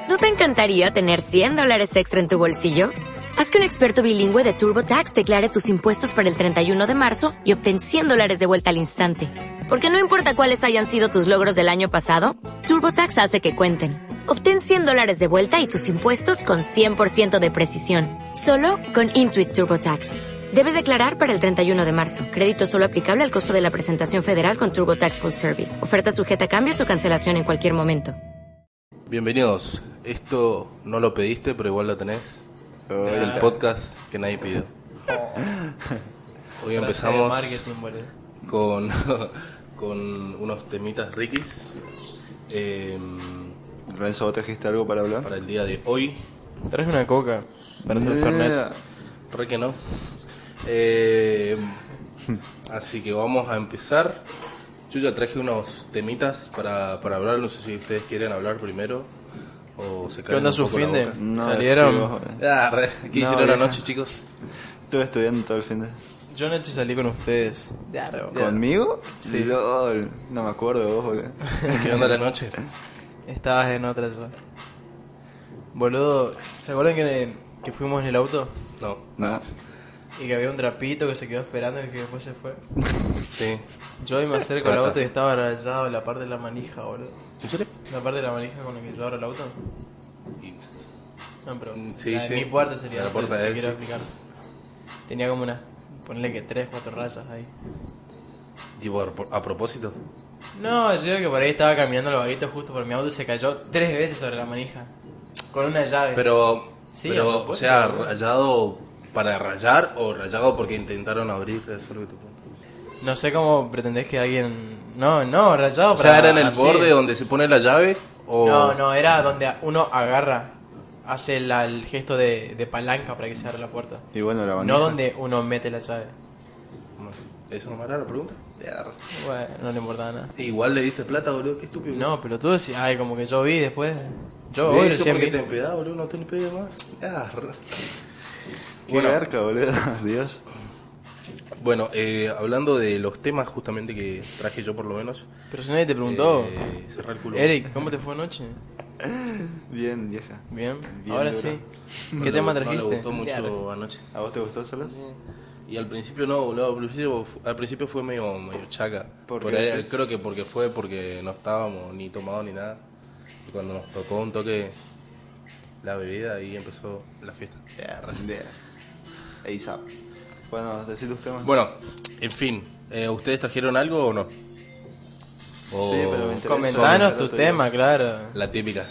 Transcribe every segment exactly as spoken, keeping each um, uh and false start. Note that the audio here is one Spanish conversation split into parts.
¿No te encantaría tener cien dólares extra en tu bolsillo? Haz que un experto bilingüe de TurboTax declare tus impuestos para el treinta y uno de marzo y obtén cien dólares de vuelta al instante. Porque no importa cuáles hayan sido tus logros del año pasado, TurboTax hace que cuenten. Obtén cien dólares de vuelta y tus impuestos con cien por ciento de precisión. Solo con Intuit TurboTax. Debes declarar para el treinta y uno de marzo. Crédito solo aplicable al costo de la presentación federal con TurboTax Full Service. Oferta sujeta a cambios o cancelación en cualquier momento. Bienvenidos. Esto no lo pediste, pero igual lo tenés. Oh, es el podcast que nadie pidió. Hoy empezamos con, con unos temitas riquis. Eh, Renzo, ¿vos trajiste algo para hablar? Para el día de hoy. Traje una coca para hacer Yeah. Fernet. Re que no. Eh, así que vamos a empezar. Yo ya traje unos temitas para, para hablar. No sé si ustedes quieren hablar primero o se ¿Qué onda su fin de? No, ¿Salieron? sí, vos, eh. Ah, re, ¿qué No, hicieron bien. anoche, chicos? Estuve estudiando todo el fin de... Yo anoche salí con ustedes. Claro. ¿Conmigo? Sí. LOL. No me acuerdo de vos, boludo. ¿Qué onda la noche? Estabas en otra ya. Boludo, ¿se acuerdan que, que fuimos en el auto? No. No. Y que había un trapito que se quedó esperando y que después se fue. Sí. Yo me acerco al Rata. auto y estaba rayado en la parte de la manija, boludo. ¿En serio? La parte de la manija con la que yo abro el auto. Y- No, pero Sí, la de sí. mi puerta sería La esa, puerta te de él, quiero sí. explicar. Tenía como una, ponle que tres, cuatro rayas ahí. Tipo, a, a propósito. No, yo creo que por ahí estaba caminando el vaguito justo por mi auto y se cayó tres veces sobre la manija. Con una llave. Pero, Sí, a pero o propósito, sea, boludo. rayado para rayar o rayado porque intentaron abrir. Eso es lo que te pregunto. No sé cómo pretendés que alguien... No, no, rayado O para... sea, ¿era en el así. borde donde se pone la llave? O... No, no, era donde uno agarra, hace la- el gesto de, de palanca para que se abra la puerta. Y bueno, la bandeja. No donde uno mete la llave. ¿Eso no me hará la pregunta? Ya. Bueno, no le importaba nada. Igual le diste plata, boludo, qué estúpido. No, pero tú decís, ay, como que yo vi después... Yo ¿Ves hoy eso recién porque vi. te empedás, boludo? No te le pegues más. Ya. Qué Bueno. garca, boludo. Dios. Bueno, eh, hablando de los temas justamente que traje yo por lo menos. Pero si nadie te preguntó. Eh, cerrá el culo. Eric, ¿cómo te fue anoche? Bien, vieja. Bien, Bien ahora dura. sí. No ¿Qué le- tema No trajiste? le gustó mucho anoche. ¿A vos te gustó solas? Y al principio no, boludo, al principio, al principio fue medio, medio chaca. ¿Por Por qué ahí, decís? creo que porque fue porque no estábamos ni tomados ni nada. Y cuando nos tocó un toque la bebida, ahí empezó la fiesta. Bien. A$ap. Bueno, decid tus temas. Bueno, en fin, eh, ¿ustedes trajeron algo o no? O- Sí, pero me interesa. Comentanos tu Tuyo. tema, claro. La típica.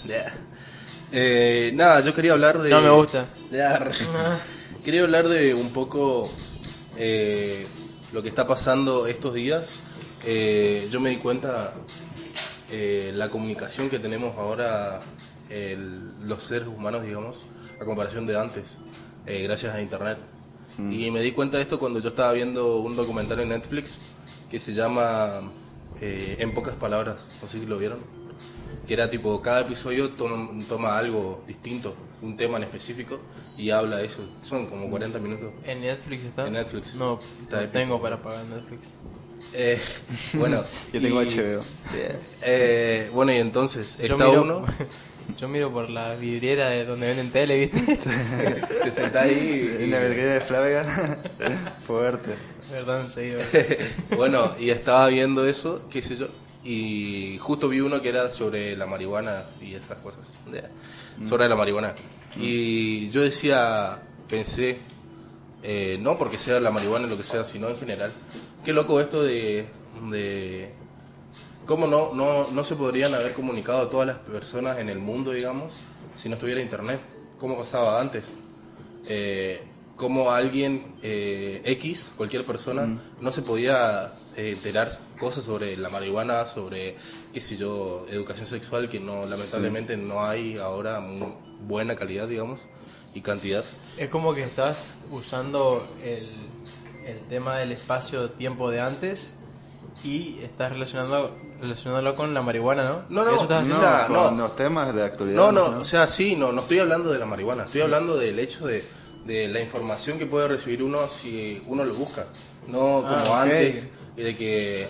Eh, nada, yo quería hablar de... No me gusta. Ya, quería hablar de un poco eh, lo que está pasando estos días. Eh, yo me di cuenta eh, la comunicación que tenemos ahora el- los seres humanos, digamos, a comparación de antes, eh, gracias a internet. Mm. Y me di cuenta de esto cuando yo estaba viendo un documental en Netflix que se llama eh, En pocas palabras, no sé si lo vieron, que era tipo, cada episodio toma, toma algo distinto, un tema en específico, y habla de eso. Son como cuarenta minutos. ¿En Netflix está? En Netflix. No, Está no épico. tengo para pagar Netflix. Eh, bueno, Yo tengo y- H B O. Bien. Eh, bueno, y entonces, Yo está miro, uno, yo miro por la vidriera de donde venden tele, ¿viste? te sentás ahí y- En la verguera de Flavega. Fuerte. Perdón, seguido. bueno, y estaba viendo eso, qué sé yo, y justo vi uno que era sobre la marihuana y esas cosas, sobre la marihuana. Y yo decía, pensé, eh, no porque sea la marihuana lo que sea, sino en general, qué loco esto de, de cómo no, no, no se podrían haber comunicado a todas las personas en el mundo, digamos, si no estuviera internet, cómo pasaba antes. Eh, cómo alguien eh, X, cualquier persona, Mm. no se podía eh, enterar cosas sobre la marihuana, sobre, qué sé yo, educación sexual, que no lamentablemente no hay ahora muy buena calidad, digamos, y cantidad. Es como que estás usando el, el tema del espacio-tiempo de antes y estás relacionando, relacionándolo con la marihuana, ¿no? No, no, Eso estás sí, haciendo. o sea, con no. los temas de actualidad. No, no, o sea, sí, no, no estoy hablando de la marihuana, estoy hablando del hecho de, de la información que puede recibir uno si uno lo busca, no como Ah, ok. antes, y de que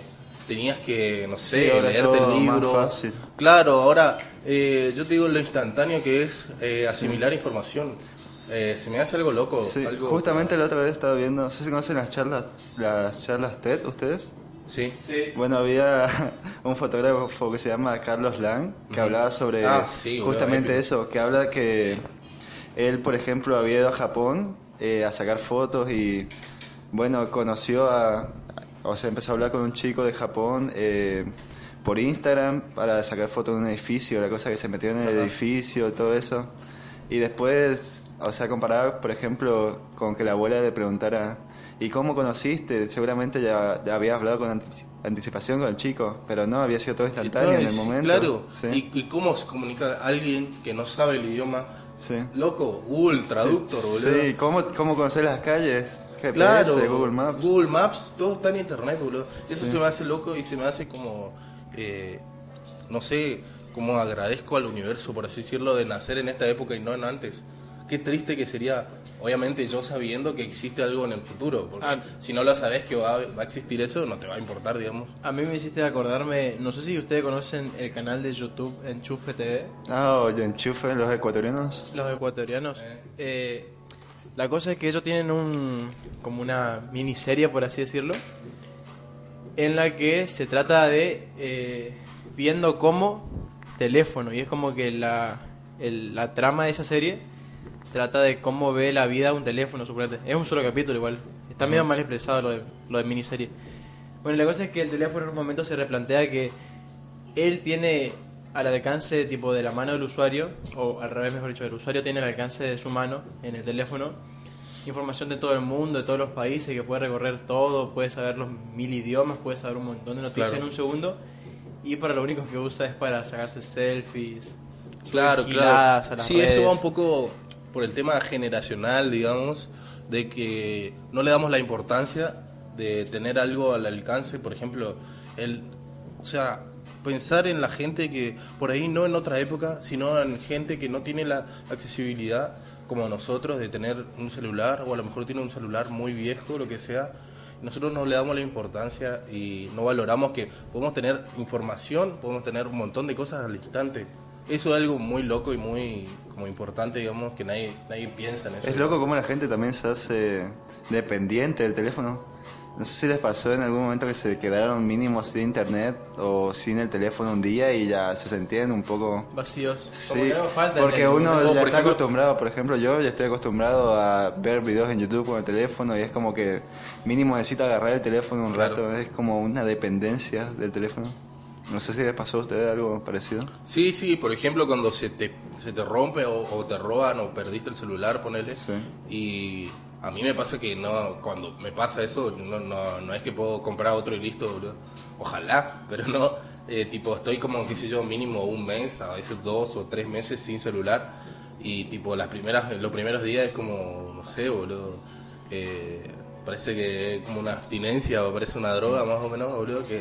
tenías que, no Sí, sé, ahora es leerte todo el más libro. fácil. Claro, ahora eh, yo te digo lo instantáneo que es eh, asimilar información. Eh, se me hace algo loco. Sí, algo justamente como- la otra vez estaba viendo, no sé si conocen las charlas, las charlas TED, ¿ustedes? Sí. Sí. Bueno, había un fotógrafo que se llama Carlos Lang, que Ujú. hablaba sobre Ah, sí, boludo, justamente épico. eso, que habla que él, por ejemplo, había ido a Japón eh, a sacar fotos y, bueno, conoció a, o sea, empezó a hablar con un chico de Japón eh, por Instagram para sacar fotos de un edificio, la cosa que se metió en el Ajá. edificio, todo eso. Y después, o sea, comparaba, por ejemplo, con que la abuela le preguntara, ¿y cómo conociste? Seguramente ya, ya habías hablado con antici- anticipación con el chico, pero no, había sido todo instantáneo No, en el sí, momento. Claro. Sí, ¿Y, y cómo se comunica alguien que no sabe el idioma? sí. Loco, Google Traductor, boludo. Sí, ¿cómo, cómo conocer las calles? G P S, Claro, Google Maps. Google Maps, todo está en internet, boludo. Eso Sí. se me hace loco y se me hace como, eh, no sé, como agradezco al universo, por así decirlo, de nacer en esta época y no en antes. Qué triste que sería, obviamente yo sabiendo que existe algo en el futuro, porque Ah. si no lo sabes que va, va a existir eso, no te va a importar, digamos. A mí me hiciste acordarme, no sé si ustedes conocen el canal de YouTube Enchufe T V, Ah, oye, enchufe los ecuatorianos. los ecuatorianos. Eh, la cosa es que ellos tienen un como una miniserie, por así decirlo, en la que se trata de eh, viendo cómo teléfono, y es como que la, el- la trama de esa serie trata de cómo ve la vida un teléfono, suponete. Es un solo capítulo igual, está medio mal expresado lo de, lo de miniserie. Bueno, la cosa es que el teléfono en un momento se replantea que él tiene al alcance tipo de la mano del usuario, o al revés mejor dicho, el usuario tiene al alcance de su mano en el teléfono información de todo el mundo, de todos los países, que puede recorrer todo, puede saber los mil idiomas, puede saber un montón de noticias Claro. en un segundo, y para lo único que usa es para sacarse selfies, subir Claro, giladas claro. a las Sí, redes. eso va un poco por el tema generacional, digamos, de que no le damos la importancia de tener algo al alcance, por ejemplo, el, o sea, pensar en la gente que por ahí no en otra época, sino en gente que no tiene la accesibilidad como nosotros de tener un celular, o a lo mejor tiene un celular muy viejo, lo que sea. Nosotros no le damos la importancia y no valoramos que podemos tener información, podemos tener un montón de cosas al instante. Eso es algo muy loco y muy como importante, digamos, que nadie nadie piensa en eso. Es loco cómo la gente también se hace dependiente del teléfono. No sé si les pasó en algún momento que se quedaron mínimo sin internet o sin el teléfono un día y ya se sentían un poco... Vacíos. Como Sí, que no falta porque en el- uno o, ya por está ejemplo- acostumbrado, por ejemplo yo ya estoy acostumbrado a ver videos en YouTube con el teléfono y es como que mínimo necesito agarrar el teléfono un Claro. rato, es como una dependencia del teléfono. No sé si les pasó a ustedes algo parecido. Sí, sí, por ejemplo, cuando se te, se te rompe o, o te roban o perdiste el celular, ponele. Sí. Y a mí me pasa que no, cuando me pasa eso, no, no, no es que puedo comprar otro y listo, boludo. Ojalá, pero no. Eh, tipo, estoy como, qué sé yo, mínimo un mes, a veces dos o tres meses sin celular. Y tipo, las primeras, los primeros días es como, no sé, boludo. Eh, parece que es como una abstinencia o parece una droga más o menos, boludo. Que,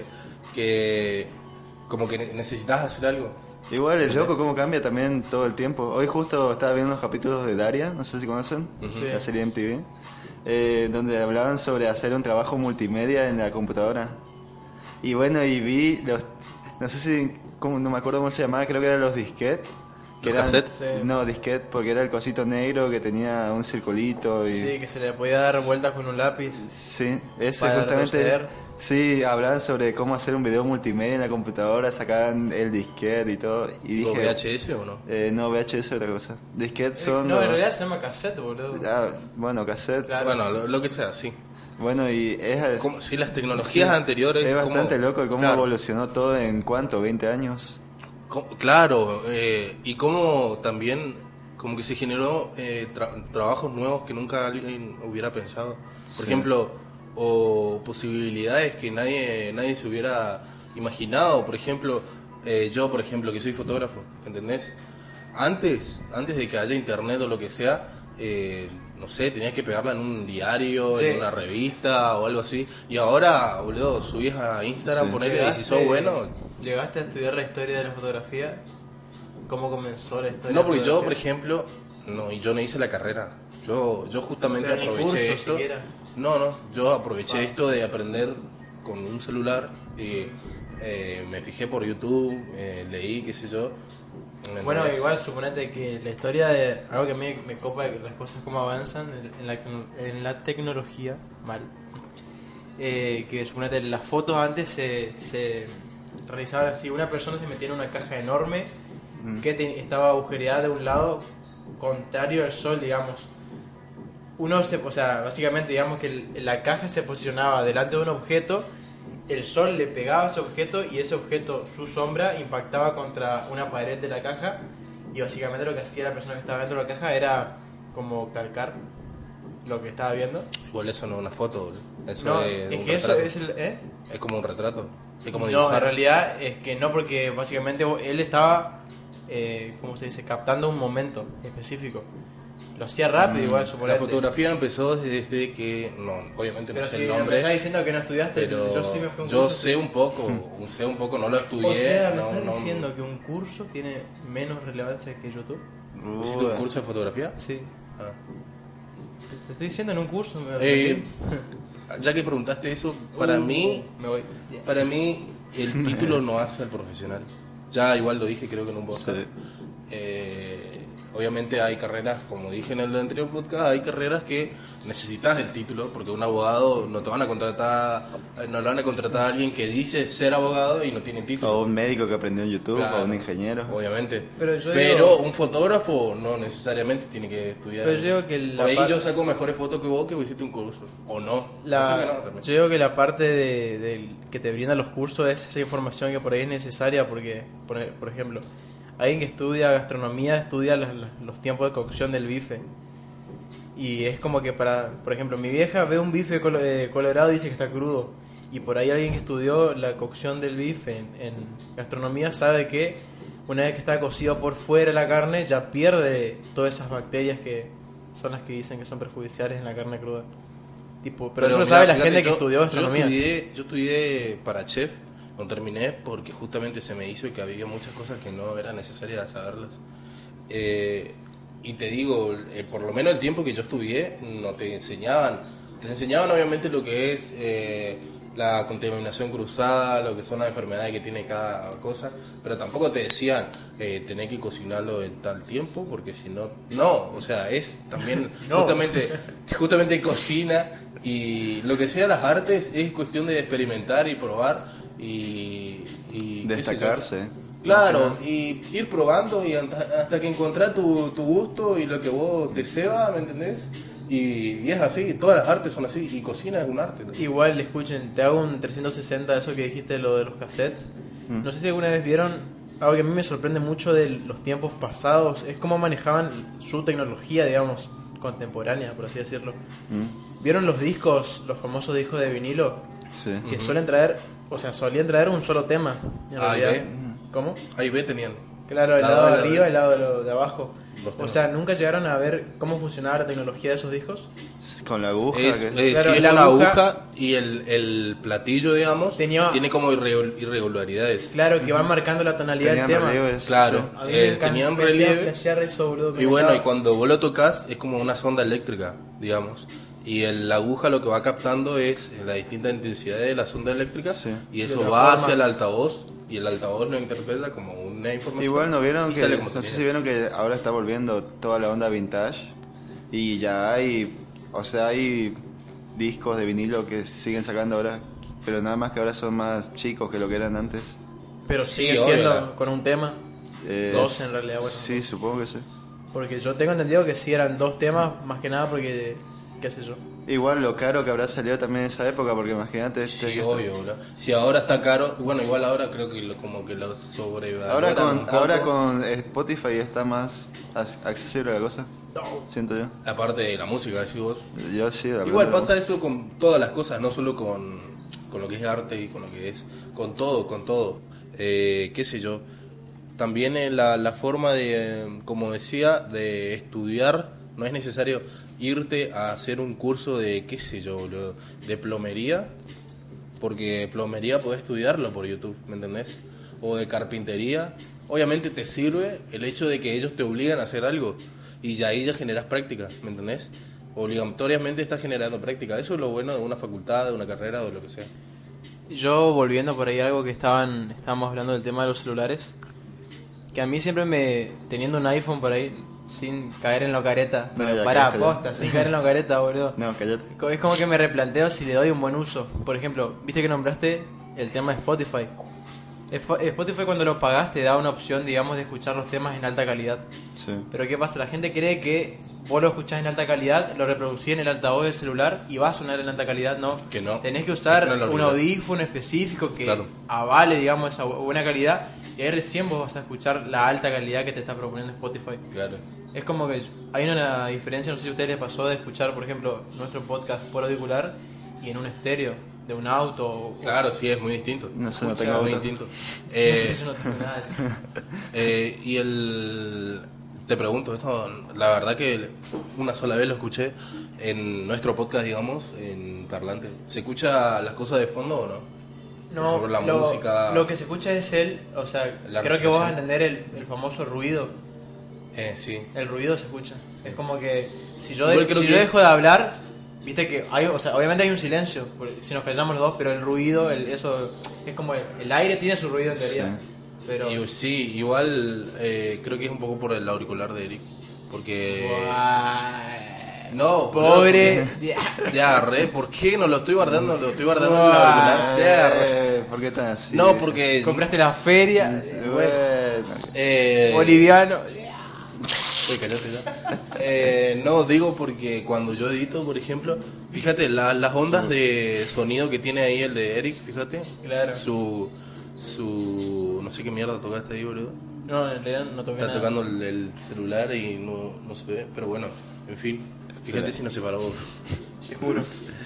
que como que ne- necesitas hacer algo. Igual el loco cómo cambia también todo el tiempo. Hoy justo estaba viendo unos capítulos de Daria, no sé si conocen, Ujú. la serie M T V, eh, donde hablaban sobre hacer un trabajo multimedia en la computadora. Y bueno, y vi los, no sé si, cómo- no me acuerdo cómo se llamaba, creo que eran los disquetes. Que ¿Los eran, cassettes? Sí. No, disquete, porque era el cosito negro que tenía un circulito y... Sí, que se le podía dar vueltas con un lápiz. Sí, eso Para justamente. retroceder. Sí, hablaban sobre cómo hacer un video multimedia en la computadora, sacaban el disquete y todo. Y ¿O dije, V H S o no? eh, no, V H S es otra cosa. Disquetes son. No, los- en realidad se llama cassette, boludo. Ah, bueno, cassette. Claro. Bueno, lo, lo que sea, sí. Bueno, y es. Como, sí, las tecnologías sí, anteriores... Es como- bastante loco el cómo claro. evolucionó todo en cuánto, veinte años. Co- Claro, eh, y cómo también como que se generó eh, tra- trabajos nuevos que nunca alguien hubiera pensado. Por Sí. ejemplo, o posibilidades que nadie nadie se hubiera imaginado. Por ejemplo, eh, yo, por ejemplo, que soy fotógrafo, ¿entendés? Antes, antes de que haya internet o lo que sea, eh, no sé, tenías que pegarla en un diario, Sí. en una revista o algo así. Y ahora, boludo, subís a Instagram, Sí. ponele, y si sos bueno, ¿Llegaste a estudiar la historia de la fotografía? ¿Cómo comenzó la historia? no, de porque la yo, por fotografía? ejemplo, no, y yo no hice la carrera. Yo, yo justamente Pero ni aproveché curso esto. siquiera. No, no, yo aproveché esto de aprender con un celular, eh, eh, me fijé por YouTube, eh, leí, qué sé yo. Bueno, Entonces, igual suponete que la historia de algo que a mí me copa de las cosas como avanzan en la, en la tecnología, mal, eh, que suponete las fotos antes se, se realizaban así, una persona se metía en una caja enorme Mm. que te- estaba agujereada de un lado contrario al sol, digamos. Uno se, o sea, básicamente digamos que el- la caja se posicionaba delante de un objeto, el sol le pegaba a ese objeto y ese objeto, su sombra, impactaba contra una pared de la caja y básicamente lo que hacía la persona que estaba dentro de la caja era como calcar lo que estaba viendo. igual eso no es una foto, boludo. Eso No, es, es un que eso retrato. es el... ¿eh? Es como un retrato. Es como No, dibujar. en realidad es que no, porque básicamente él estaba, eh, ¿cómo se dice?, captando un momento específico. Lo hacía rápido, igual, La suponete. fotografía empezó desde que, no, obviamente Pero no sé si el me nombre, estás diciendo que no estudiaste, pero yo sí me fui a un yo curso. sé un poco, sé un poco, no lo estudié. O sea, ¿me no, estás no- diciendo que un curso tiene menos relevancia que YouTube? ¿Hiciste un Uy. curso de fotografía? Sí. Ah. Te, te estoy diciendo en un curso, me Eh, metí. ya que preguntaste eso, para Uh, mí, me voy. para mí el título no hace al profesional. Ya igual lo dije, creo que en un podcast. Sí. Eh, obviamente hay carreras, como dije en el anterior podcast, hay carreras que necesitas el título, porque un abogado no te van a contratar, eh, no le van a contratar a alguien que dice ser abogado y no tiene título. O un médico que aprendió en YouTube, Claro, o un ingeniero. Obviamente. Pero yo Pero digo- un fotógrafo no necesariamente tiene que estudiar. Pero yo digo que la Por ahí par- yo saco mejores fotos que vos que hiciste un curso. O no. La, Así que no, también. yo digo que la parte de, del que te brindan los cursos es esa información que por ahí es necesaria porque, por, por ejemplo, alguien que estudia gastronomía estudia los, los tiempos de cocción del bife. Y es como que para, por ejemplo, mi vieja ve un bife colo- eh, colorado y dice que está crudo. Y por ahí alguien que estudió la cocción del bife en, en gastronomía sabe que una vez que está cocido por fuera la carne ya pierde todas esas bacterias que son las que dicen que son perjudiciales en la carne cruda. Tipo, pero, eso lo mira, sabe la fíjate, gente que yo- estudió gastronomía. Yo estudié, yo estudié para chef, no terminé porque justamente se me hizo que había muchas cosas que no era necesaria saberlas. Eh, y te digo, eh, por lo menos el tiempo que yo estudié, no te enseñaban. Te enseñaban obviamente lo que es eh, la contaminación cruzada, lo que son las enfermedades que tiene cada cosa, pero tampoco te decían eh, tener que cocinarlo en tal tiempo, porque si no, no, o sea, es también No. justamente, justamente cocina y lo que sea las artes es cuestión de experimentar y probar y, y qué sé yo. Destacarse. Claro, y ir probando y hasta, hasta que encontrás tu, tu gusto y lo que vos deseas, ¿me entendés? Y, y es así, todas las artes son así, y cocina es un arte. ¿no? Igual, escuchen, te hago un trescientos sesenta de eso que dijiste, lo de los cassettes. Mm. No sé si alguna vez vieron algo que a mí me sorprende mucho de los tiempos pasados, es cómo manejaban su tecnología, digamos, contemporánea, por así decirlo. Mm, ¿Vieron los discos, los famosos discos de vinilo? Sí. Que suelen traer, o sea, solían traer un solo tema, en Ah, realidad. ¿y ¿Cómo? Ahí ve teniendo. Claro, el Lado lado de de la- arriba y el lado de, lo- de abajo. Los O temas. sea, ¿nunca llegaron a ver cómo funcionaba la tecnología de esos discos? Con la aguja. Es, que- eh, Claro, sí, es la una aguja- aguja, y el, el platillo, digamos, Tenía- tiene como irre- irregularidades. Claro, que van marcando la tonalidad Tenían del tema. relieves. Claro, A mí eh, me encanta, tenían me hacía relieve. flashear eso, boludo, me Y bueno, y encantaba. cuando vos lo tocas es como una sonda eléctrica, digamos. Y el, la aguja lo que va captando es la distinta intensidad de la sonda eléctrica, Sí. y De eso otra va forma. hacia el altavoz, y el altavoz lo interpreta como una información. Igual no vieron y que, sale no como sé sonido. si vieron que ahora está volviendo toda la onda vintage y ya hay, o sea, hay discos de vinilo que siguen sacando ahora, pero nada más que ahora son más chicos que lo que eran antes. Pero Sí, sigue obvio, siendo la- con un tema. Eh, Dos en realidad, bueno. Sí, supongo que sí. Porque yo tengo entendido que sí eran dos temas, más que nada porque, qué sé yo. Igual lo caro que habrá salido también en esa época, porque imagínate este Sí, que obvio, boludo. Si ahora está caro, bueno, igual ahora creo que lo, como que lo sobrevaloran ahora un con poco. ahora con Spotify está más as- accesible la cosa, siento yo. La parte de la música, decís vos. Yo sí, de Igual verdad. pasa eso con todas las cosas, no solo con, con lo que es arte y con lo que es, con todo, con todo. Eh, qué sé yo. También eh, la, la forma de, eh, como decía, de estudiar, no es necesario irte a hacer un curso de, qué sé yo, boludo, de plomería, porque plomería podés estudiarlo por YouTube, ¿me entendés? O de carpintería. Obviamente te sirve el hecho de que ellos te obligan a hacer algo y ya ahí ya generas práctica, ¿me entendés? Obligatoriamente estás generando práctica. Eso es lo bueno de una facultad, de una carrera o de lo que sea. Yo volviendo por ahí a algo que estaban estábamos hablando del tema de los celulares, que a mí siempre me, teniendo un iPhone por ahí, sin caer en la careta, No, ya para cállate, ya. aposta, sin caer en la careta, boludo. No, cállate. Es como que me replanteo si le doy un buen uso. Por ejemplo, viste que nombraste el tema de Spotify. Spo- Spotify cuando lo pagas te da una opción, digamos, de escuchar los temas en alta calidad. Sí. Pero ¿qué pasa? La gente cree que vos lo escuchás en alta calidad, lo reproducís en el altavoz del celular y va a sonar en alta calidad. No, Que no. tenés que usar Es una un realidad. audífono específico que Claro. avale, digamos, esa bu- buena calidad. Y ahí recién vos vas a escuchar la alta calidad que te está proponiendo Spotify. Claro. Es como que hay una diferencia, no sé si a ustedes les pasó de escuchar, por ejemplo, nuestro podcast por auricular y en un estéreo de un auto. O, Claro, sí, es muy distinto. No sé, no Escucha, tengo muy auto. distinto. no Eh, sé, yo no tengo nada de eso. eh, y el... Te pregunto, esto la verdad que una sola vez lo escuché en nuestro podcast, digamos, en parlante. ¿Se escucha las cosas de fondo o no? No, Por la lo, música. lo que se escucha es el, o sea, La creo que vos vas a respiración. entender el, el famoso ruido. Eh, sí. El ruido se escucha. Es como que si yo, Igual de- creo si que- yo dejo de hablar, viste que hay, o sea, obviamente hay un silencio, porque si nos callamos los dos, pero el ruido, el, eso, es como el, el aire tiene su ruido en teoría. Sí. Pero Y, sí, igual eh, creo que es un poco por el auricular de Eric. Porque... Guay. No, Pobre. boludo, Ya, re, ¿por qué no lo estoy guardando? Lo estoy guardando en el auricular. Ya, re. Eh, ¿Por qué tan así? No, porque... Compraste la feria, Bueno. Eh, boliviano. Uy, cállate ya. Eh, no, digo porque cuando yo edito, por ejemplo, fíjate, la- las ondas de sonido que tiene ahí el de Eric, fíjate. Claro. Su... Su... No sé qué mierda tocaste ahí, boludo. No, en realidad no toqué Está nada. tocando el, el celular y no, no se ve, pero bueno, en fin. Fíjate si no se paró. Te juro.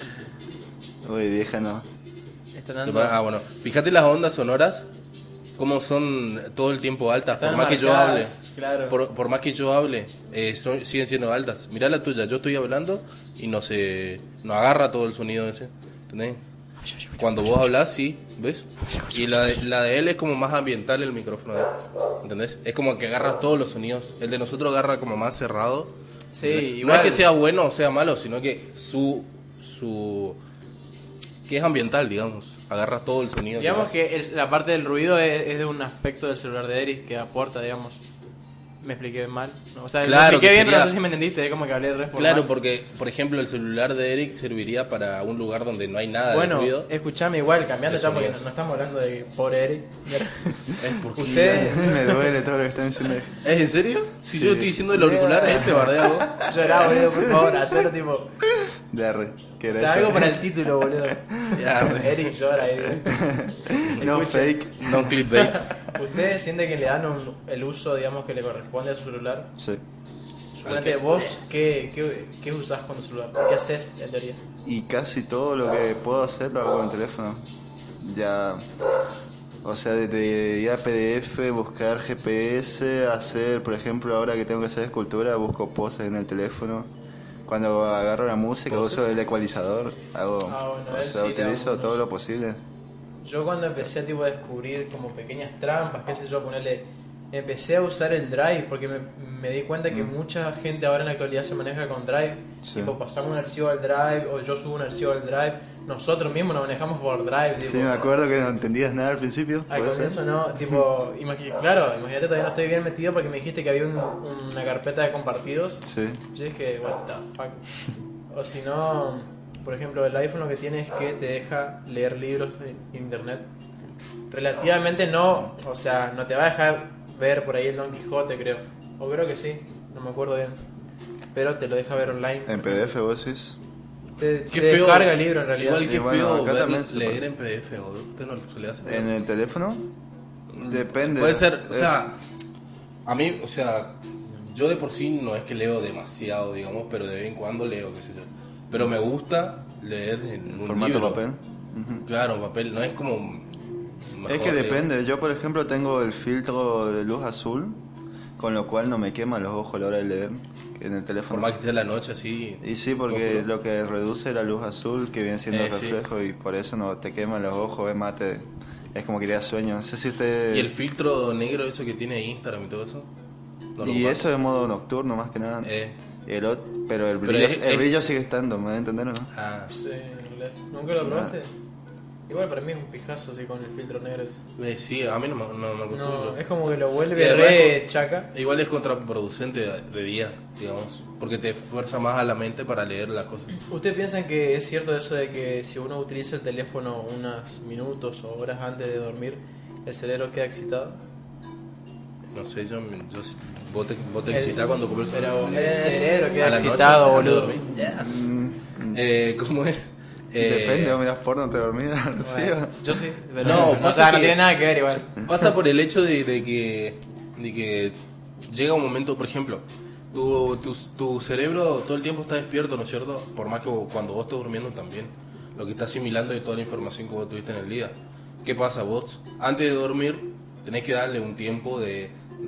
Uy, vieja, no. Están Se dando. para- Ah, bueno. Fíjate las ondas sonoras, cómo son todo el tiempo altas. Están por más que yo hable, marcadas, claro. por, por más que yo hable, eh, son- siguen siendo altas. Mirá la tuya, yo estoy hablando y no se, no agarra todo el sonido ese, ¿entendés? Cuando vos hablas, sí, ¿ves? Y la de, la de él es como más ambiental el micrófono, de él, ¿entendés? Es como que agarra todos los sonidos. El de nosotros agarra como más cerrado. Sí, ¿entendés? igual. No es que sea bueno o sea malo, sino que su... su que es ambiental, digamos. Agarra todo el sonido. Digamos que que el- la parte del ruido es, es de un aspecto del celular de Eric que aporta, digamos. ¿Me expliqué mal? No, o sea, Claro me expliqué que bien, pero no sería- sé si me entendiste. Es como que hablé re formal. Claro, porque, por ejemplo, el celular de Eric serviría para un lugar donde no hay nada Bueno, de ruido. escuchame igual, cambiando De ya porque no, sonidos. no estamos hablando de pobre Eric. Es porque- Ustedes Me duele todo lo que están diciendo. ¿Es en serio? Si Sí. yo estoy diciendo el auricular, Yeah. él te bardea vos. llorá, boludo, por favor, hacer tipo. De arre. ¿Qué O era sea, eso? algo para el título, boludo. Ya, re. Eric llora ahí. No Escucha. fake. No clickbait. ¿Ustedes sienten que le dan un- el uso, digamos, que le corresponde a su celular? Sí. Suponete, vos, ¿qué, qué, ¿qué usás con tu celular? ¿Qué haces en teoría? Y casi todo lo que puedo hacer lo hago con el teléfono. Ya. O sea, desde ir a P D F, buscar G P S, hacer, por ejemplo, ahora que tengo que hacer escultura, busco poses en el teléfono. Cuando agarro la música, ¿Poses? uso el ecualizador. Hago, Ah, bueno, o él sea, sí le utilizo hago todo unos- lo posible. Yo cuando empecé a tipo, a descubrir como pequeñas trampas, qué sé yo, ponerle... Empecé a usar el Drive porque me, me di cuenta que mucha gente ahora en la actualidad se maneja con Drive. Sí. Tipo, pasamos un archivo al Drive o yo subo un archivo al Drive. Nosotros mismos nos manejamos por Drive. Sí, tipo. me acuerdo que no entendías nada al principio. Al ¿puede ser? comienzo no, tipo, imagi- claro, imagínate, todavía no estoy bien metido porque me dijiste que había un- una carpeta de compartidos. Sí. Yo dije, what the fuck. O si no, por ejemplo, el iPhone lo que tiene es que te deja leer libros en internet. Relativamente no, o sea, no te va a dejar ver por ahí el Don Quijote, creo. O creo que sí, no me acuerdo bien. Pero te lo deja ver online. En P D F vos decís. Te, Qué te feo. descarga el libro en realidad. Igual que Y bueno, feo acá ver- también se leer puede. en P D F, boludo. ¿Usted no se le hace? En el teléfono, depende. Puede ser, o Eh, sea, a mí, o sea, yo de por sí no es que leo demasiado, digamos, pero de vez en cuando leo, qué sé yo. Pero me gusta leer en un formato libro. papel. Ujú. Claro, papel, no es como... mejor, Es que digo. depende. Yo, por ejemplo, tengo el filtro de luz azul, con lo cual no me quema los ojos a la hora de leer en el Por teléfono. más que esté en la noche así... Y sí, porque oscuro. lo que reduce la luz azul, que viene siendo Eh, el sí. reflejo, y por eso no te queman los ojos, es más, te- es como que te da sueño. No sé si usted... ¿Y el filtro negro eso que tiene Instagram y todo eso? No lo Y comparto. eso es modo nocturno, más que nada. Eh, El ot- pero el Pero brillo, es- el es- brillo sigue estando, ¿me va a entender o no? ah, Sí, en inglés. ¿Nunca lo probaste? Igual para mí es un pijazo así con el filtro negro. Eh, sí, a mí no, me- no me acostumbro. No, es como que lo Y vuelve además re es chaca. Igual es contraproducente de, de día, digamos, porque te fuerza más a la mente para leer las cosas. ¿Ustedes piensan que es cierto eso de que si uno utiliza el teléfono unos minutos o horas antes de dormir, el cerebro queda excitado? No sé, yo, yo vos te, vos te El- excitas cuando comes Pero el cerebro queda a la noche, excitado, antes de boludo. dormir. Yeah. Mm, Eh, ¿Cómo es? Eh, Depende, vos mirás porno, te dormís. ¿Sí? Bueno, yo sí, pero No, no, o pasa sea, no que- tiene nada que ver igual. Pasa por el hecho de, de que, de que llega un momento, por ejemplo, tu, tu, tu cerebro todo el tiempo está despierto, ¿no es cierto? Por más que vos- cuando vos estás durmiendo también, lo que está asimilando de toda la información que vos tuviste en el día. ¿Qué pasa vos? Antes de dormir tenés que darle un tiempo de,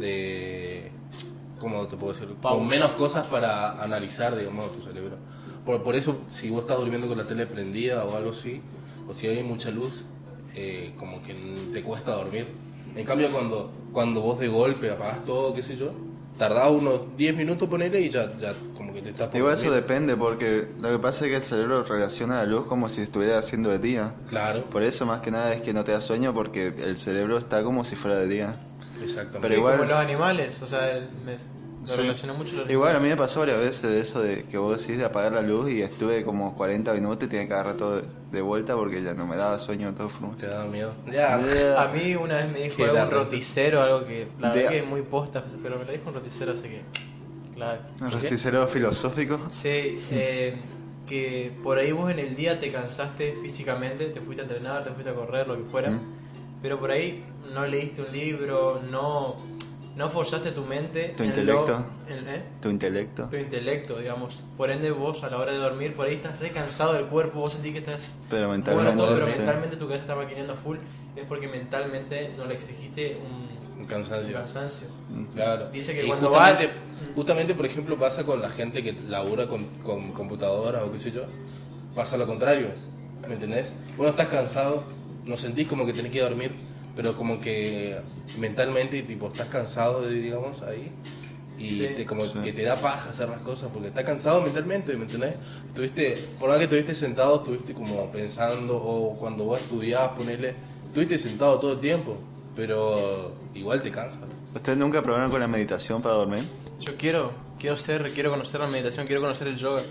de ¿cómo te puedo decir? Pausa. Con menos cosas para analizar, digamos, tu cerebro. Por, por eso, si vos estás durmiendo con la tele prendida o algo así, o si hay mucha luz, eh, como que te cuesta dormir. En cambio, cuando, cuando vos de golpe apagás todo, qué sé yo, tardás unos diez minutos ponerle y ya, ya como que te estás por Igual eso dormir. depende, porque lo que pasa es que el cerebro relaciona la luz como si estuviera haciendo de día. Claro, Por eso más que nada es que no te da sueño, porque el cerebro está como si fuera de día. exactamente. Pero Sí, igual como es- los animales, o sea, el- me, lo Sí. relacioné mucho los Igual a mí animales. me pasó varias veces de eso de que vos decís de apagar la luz y estuve como cuarenta minutos y tenía que agarrar todo de, de vuelta porque ya no me daba sueño de todas formas. Te da miedo. Ya, Yeah. A mí una vez me dijo Qué algo un largo. roticero, algo que la verdad De- que es muy posta, pero me lo dijo un roticero, así que, claro. Un rasticero filosófico. Sí, eh, que por ahí vos en el día te cansaste físicamente, te fuiste a entrenar, te fuiste a correr, lo que fuera, Mm. pero por ahí no leíste un libro, no, no forzaste tu mente. Tu en intelecto. lo- en- ¿eh? Tu intelecto. Tu intelecto, digamos. Por ende, vos a la hora de dormir, por ahí estás re cansado del cuerpo, vos sentís que estás Pero bueno, mentalmente. todo, pero sí. mentalmente tu cabeza está maquineando full, es porque mentalmente no le exigiste un, un cansancio. un cansancio. Claro. Dice que Y cuando justamente, va- justamente, por ejemplo, pasa con la gente que labura con, con computadoras o qué sé yo, pasa lo contrario, ¿me entendés? Vos no estás cansado, no sentís como que tenés que dormir, pero como que mentalmente, tipo, estás cansado, de, digamos, ahí, y Sí. te, como Sí. que te da paja hacer las cosas, porque estás cansado mentalmente, ¿me entendés? Estuviste, por más que estuviste sentado, estuviste como pensando, o cuando vos estudiabas, ponele, estuviste sentado todo el tiempo, pero igual te cansas. ¿Ustedes nunca probaron con la meditación para dormir? Yo quiero, quiero ser, quiero conocer la meditación, quiero conocer el yoga.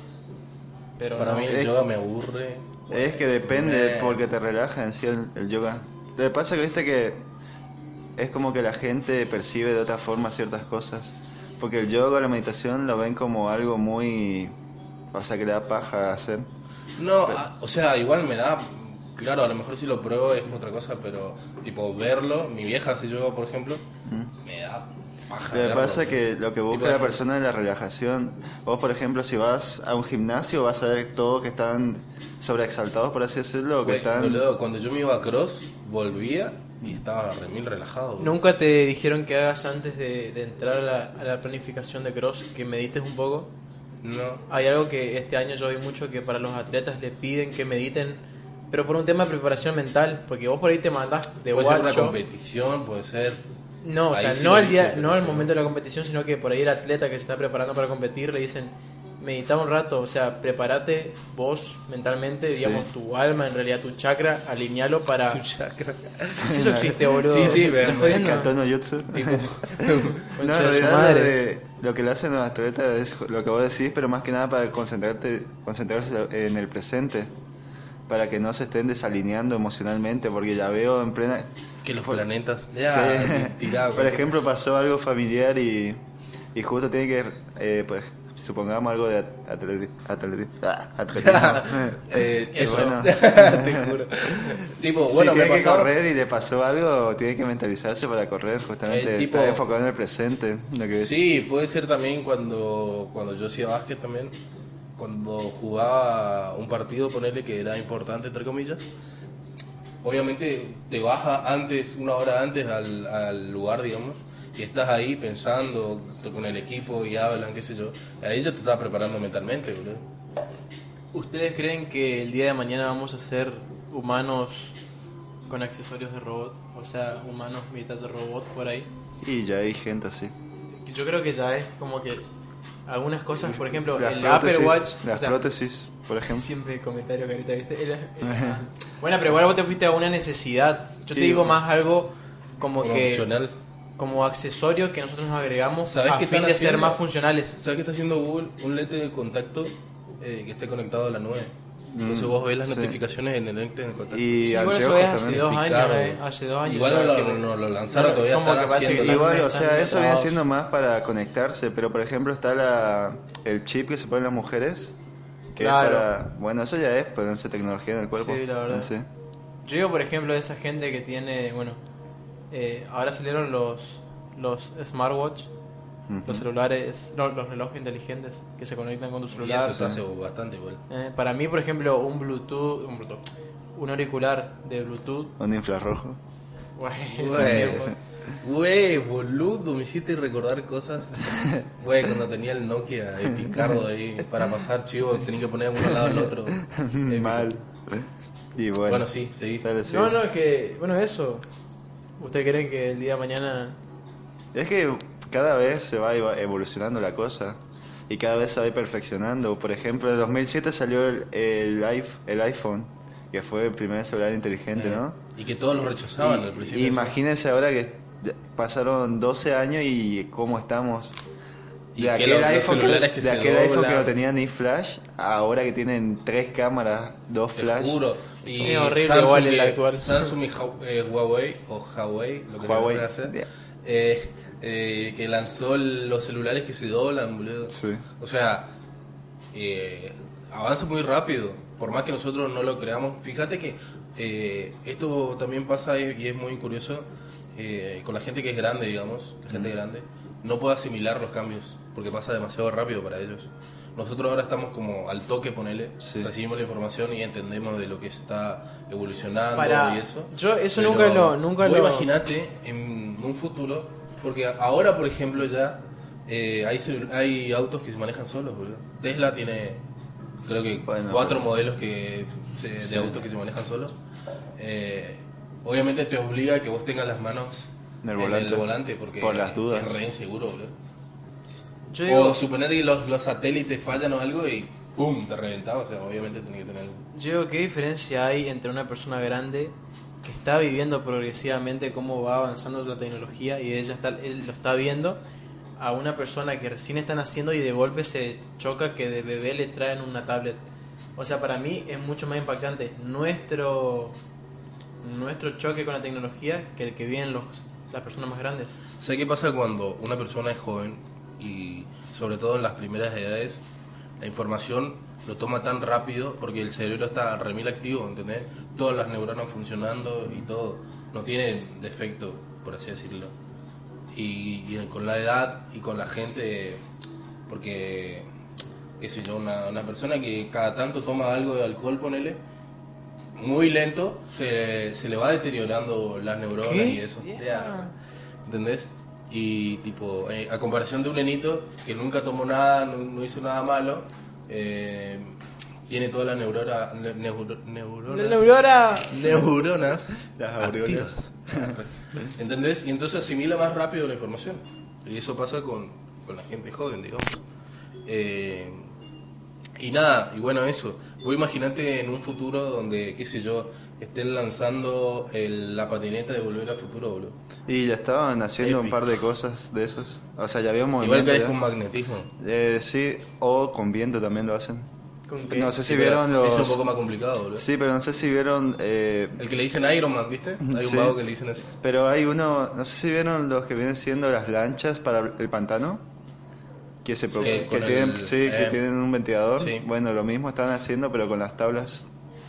Pero Para no. mí el Eh. yoga me aburre. Es que depende, Eh. porque te relaja en sí el, el yoga. Lo que pasa es que viste que es como que la gente percibe de otra forma ciertas cosas. Porque el yoga o la meditación lo ven como algo muy... O sea, que le da paja hacer. No, ah, o sea, igual me da. Claro, a lo mejor si lo pruebo es otra cosa, pero tipo verlo, mi vieja hace yoga, por ejemplo, me da paja. Lo que verlo. pasa es que lo que busca Tipo, la persona es la relajación. Vos, por ejemplo, si vas a un gimnasio, vas a ver todos que están sobreexaltados, por así decirlo, o que güey, están... boludo, cuando yo me iba a cross, volvía y estaba remil relajado. güey. ¿Nunca te dijeron que hagas antes de, de entrar a la, a la planificación de cross, que medites un poco? No. Hay algo que este año yo vi mucho que para los atletas les piden que mediten, pero por un tema de preparación mental, porque vos por ahí te mandás de Puede ser una guacho. competición, puede ser. No, o Ahí sea, sí no lo al día, hice, no pero al sí. momento de la competición, sino que por ahí el atleta que se está preparando para competir le dicen, medita un rato, o sea, prepárate vos mentalmente, Sí. digamos, tu alma, en realidad tu chakra, alinealo para... Tu chakra. Si eso existe, boludo. Sí, sí, me- ¿Estás me jodiendo? Cantó no jutsu. Tipo, No, Concha en de su realidad madre. lo, de- lo que le hacen los atletas es lo que vos decís, pero más que nada para concentrarte, concentrarse en el presente, para que no se estén desalineando emocionalmente, porque ya veo en plena... que los Por- planetas. Sí. Ya, tirado, Por ejemplo, pasó algo familiar y, y justo tiene que, eh, pues, supongamos algo de atleti- atleti- ah, atletismo. Eh, Y Eso. bueno, te juro. Tipo, si bueno, me tiene que pasaba- correr y le pasó algo, tiene que mentalizarse para correr, justamente El tipo- está enfocado en el presente. Lo que Sí, puede ser también cuando, cuando yo hacía básquet también, cuando jugaba un partido, ponerle que era importante, entre comillas. Obviamente te bajas antes, una hora antes al, al lugar, digamos, y estás ahí pensando con el equipo y hablan, qué sé yo. Ahí ya te estás preparando mentalmente, boludo. ¿Ustedes creen que el día de mañana vamos a ser humanos con accesorios de robot? O sea, humanos mitad de robot por ahí. Y ya hay gente así. Yo creo que ya es como que algunas cosas, por ejemplo, Las el prótesis, Apple Watch. Las o sea, prótesis, por ejemplo. siempre comentario carita, ¿viste? El- el- bueno, pero igual vos te fuiste a una necesidad. Yo te Sí. digo más algo como, Como que. opcional. Como accesorio que nosotros nos agregamos ¿Sabes a qué fin están de ser haciendo? más funcionales. ¿Sabes qué está haciendo Google? Un lente de contacto eh, que esté conectado a la nube. Entonces Mm, vos ves las sí. notificaciones en el lente de contacto. Y Sí, igual eso anteojos es hace también. dos años, Picardo. eh, hace dos años. Igual ya no lo, que- no lo lanzaron no, todavía. como están que parece que haciendo- Igual, o están sea, eso viene atrasados. siendo más para conectarse, pero por ejemplo está la el chip que se ponen las mujeres, que Claro. es para... Bueno, eso ya es ponerse tecnología en el cuerpo. Sí, la verdad. Sí. Yo digo, por ejemplo, de esa gente que tiene, bueno, eh, ahora salieron los los smartwatch, Ujú. los celulares, no, los relojes inteligentes que se conectan con tu Y celular. eso se hace bastante igual. Eh, para mí, por ejemplo, un Bluetooth, un Bluetooth, un auricular de Bluetooth, Un infrarrojo. güey, esos Güey, tiempos. güey, boludo, me hiciste recordar cosas. Güey, cuando tenía el Nokia, el Picardo ahí, para pasar chivos, tenía que poner uno al lado del otro. Épico. Mal. Y bueno. Bueno, sí, seguí. Dale, sí. No, no, es que, bueno, eso. ¿Ustedes creen que el día de mañana... Es que cada vez se va eva- evolucionando la cosa y cada vez se va a ir perfeccionando. Por ejemplo, en dos mil siete salió el, el, iPh- el iPhone, que fue el primer celular inteligente, Eh, ¿no? Y que todos lo rechazaban al Y, principio. y imagínense ahora que ya pasaron doce años y cómo estamos. Y De que aquel los- los iPhone, que, celulares que de se aquel iPhone que doblan. no tenía ni flash, ahora que tienen tres cámaras, dos Te flash. juro. Y Es horrible Samsung igual el y- actual. Samsung y Hau- eh, Huawei, o Huawei, lo que Huawei. le hacer, Yeah. eh, eh, que lanzó el- los celulares que se doblan, boludo. Sí. O sea, eh, avanza muy rápido, por más que nosotros no lo creamos. Fíjate que eh, esto también pasa y, y es muy curioso eh, con la gente que es grande, digamos, la gente grande, no puede asimilar los cambios, porque pasa demasiado rápido para ellos. Nosotros ahora estamos como al toque, ponele, Sí. recibimos la información y entendemos de lo que está evolucionando Para- y eso. yo eso Pero nunca lo- nunca vos lo- Imagínate en un futuro, porque ahora, por ejemplo, ya eh, hay, celu- hay autos que se manejan solos, boludo. Tesla tiene, creo que, Bueno, cuatro bueno. modelos que se- Sí. de autos que se manejan solos. Eh, obviamente te obliga a que vos tengas las manos En el en volante. el volante, porque Por las dudas. es re inseguro, boludo. Yo digo, O suponete que los, los satélites fallan o algo y ¡pum! Te reventaba, o sea, obviamente tenés que tener... yo digo, ¿qué diferencia hay entre una persona grande que está viviendo progresivamente cómo va avanzando la tecnología y ella está, él lo está viendo, a una persona que recién está naciendo y de golpe se choca que de bebé le traen una tablet? O sea, para mí es mucho más impactante nuestro nuestro choque con la tecnología que el que viven los, las personas más grandes. ¿Sabes qué pasa cuando una persona es joven y sobre todo en las primeras edades la información lo toma tan rápido porque el cerebro está remil activo, ¿entendés? Todas las neuronas funcionando y todo, no tiene defecto, por así decirlo. Y, y con la edad y con la gente, porque, qué sé yo, una, una persona que cada tanto toma algo de alcohol, ponele, muy lento, se, se le va deteriorando las neuronas ¿Qué? y eso. Yeah. ¿Entendés? Y tipo, eh, a comparación de un nenito que nunca tomó nada, no, no hizo nada malo, eh, tiene todas las neuronas, ne- neuro- neuronas, La neurona. neuronas Las aureolas. activas. ¿Entendés? Y entonces asimila más rápido la información. Y eso pasa con, con la gente joven, digamos. Eh, y nada, y bueno, eso. Vos imaginate en un futuro donde, qué sé yo, estén lanzando el- la patineta de Volver al Futuro, boludo. Y ya estaban haciendo un Épico. par de cosas de esos. O sea, ya había un Igual movimiento. que es ya. con magnetismo. Eh, sí, o con viento también lo hacen. ¿Con qué? No sé si Sí, pero vieron los... Es un poco más complicado, boludo. Sí, pero no sé si vieron... eh, El que le dicen Iron Man, ¿viste? Hay un Sí. vago que le dicen así. Pero hay uno, no sé si vieron los que vienen siendo las lanchas para el pantano, que se pro- Sí, que con tienen, el- sí, que eh, tienen un ventilador. sí. Bueno, lo mismo están haciendo pero con las tablas.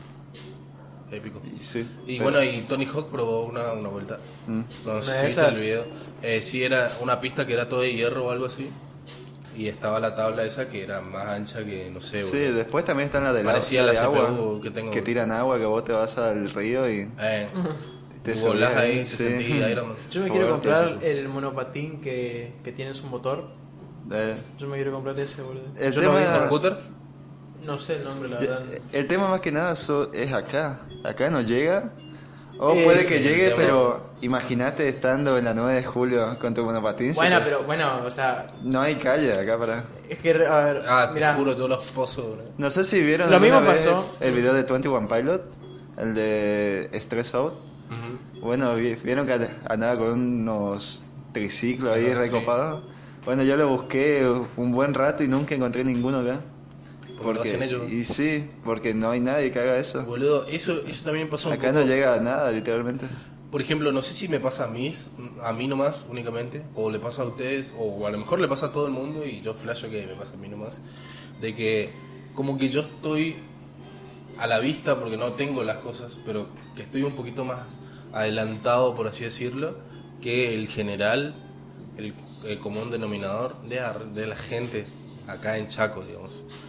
Épico. Y, sí, Y pero- bueno, y Tony Hawk probó una, una vuelta. Mm. No sé Una si de viste esas. el video. Eh, sí, era una pista que era todo de hierro o algo así. Y estaba la tabla esa que era más ancha que, no sé, Sí, boludo. después también están las de, la, Parecía la la de C P U agua, que tengo. tiran agua, que vos te vas al río y Eh, te y subís volás ahí, te sí. sentís Iron Man. Yo me quiero Fuerte. comprar el monopatín que, que tiene su motor. Eh, Yo me quiero comprar ese, boludo. El Yo tema- lo vi, ¿Por scooter? no sé el nombre, la verdad. el tema más que nada so- es acá. Acá no llega. O Eh, puede sí, que llegue, ya pero imagínate estando en la nueve de julio con tu monopatín. Bueno, se te- pero bueno, o sea, No hay calle acá para... es que, a ver, Ah, te mira, juro, todos los pozos, bro. No sé si vieron Lo alguna mismo vez pasó. el video de veintiuno Pilot, el de Stress Out. Ujú. Bueno, vi- vieron que andaba con unos triciclos ahí Ajá, recopados. Bueno, yo lo busqué un buen rato y nunca encontré ninguno acá. Porque lo hacen ellos. Y sí, porque no hay nadie que haga eso. Boludo, eso, eso también pasa un Acá poco. no llega a nada, literalmente. Por ejemplo, no sé si me pasa a mí, a mí nomás únicamente, o le pasa a ustedes, o a lo mejor le pasa a todo el mundo y yo flasho que me pasa a mí nomás, de que como que yo estoy a la vista porque no tengo las cosas, pero que estoy un poquito más adelantado, por así decirlo, que el general, el, el común denominador de, ar- de la gente acá en Chaco, digamos.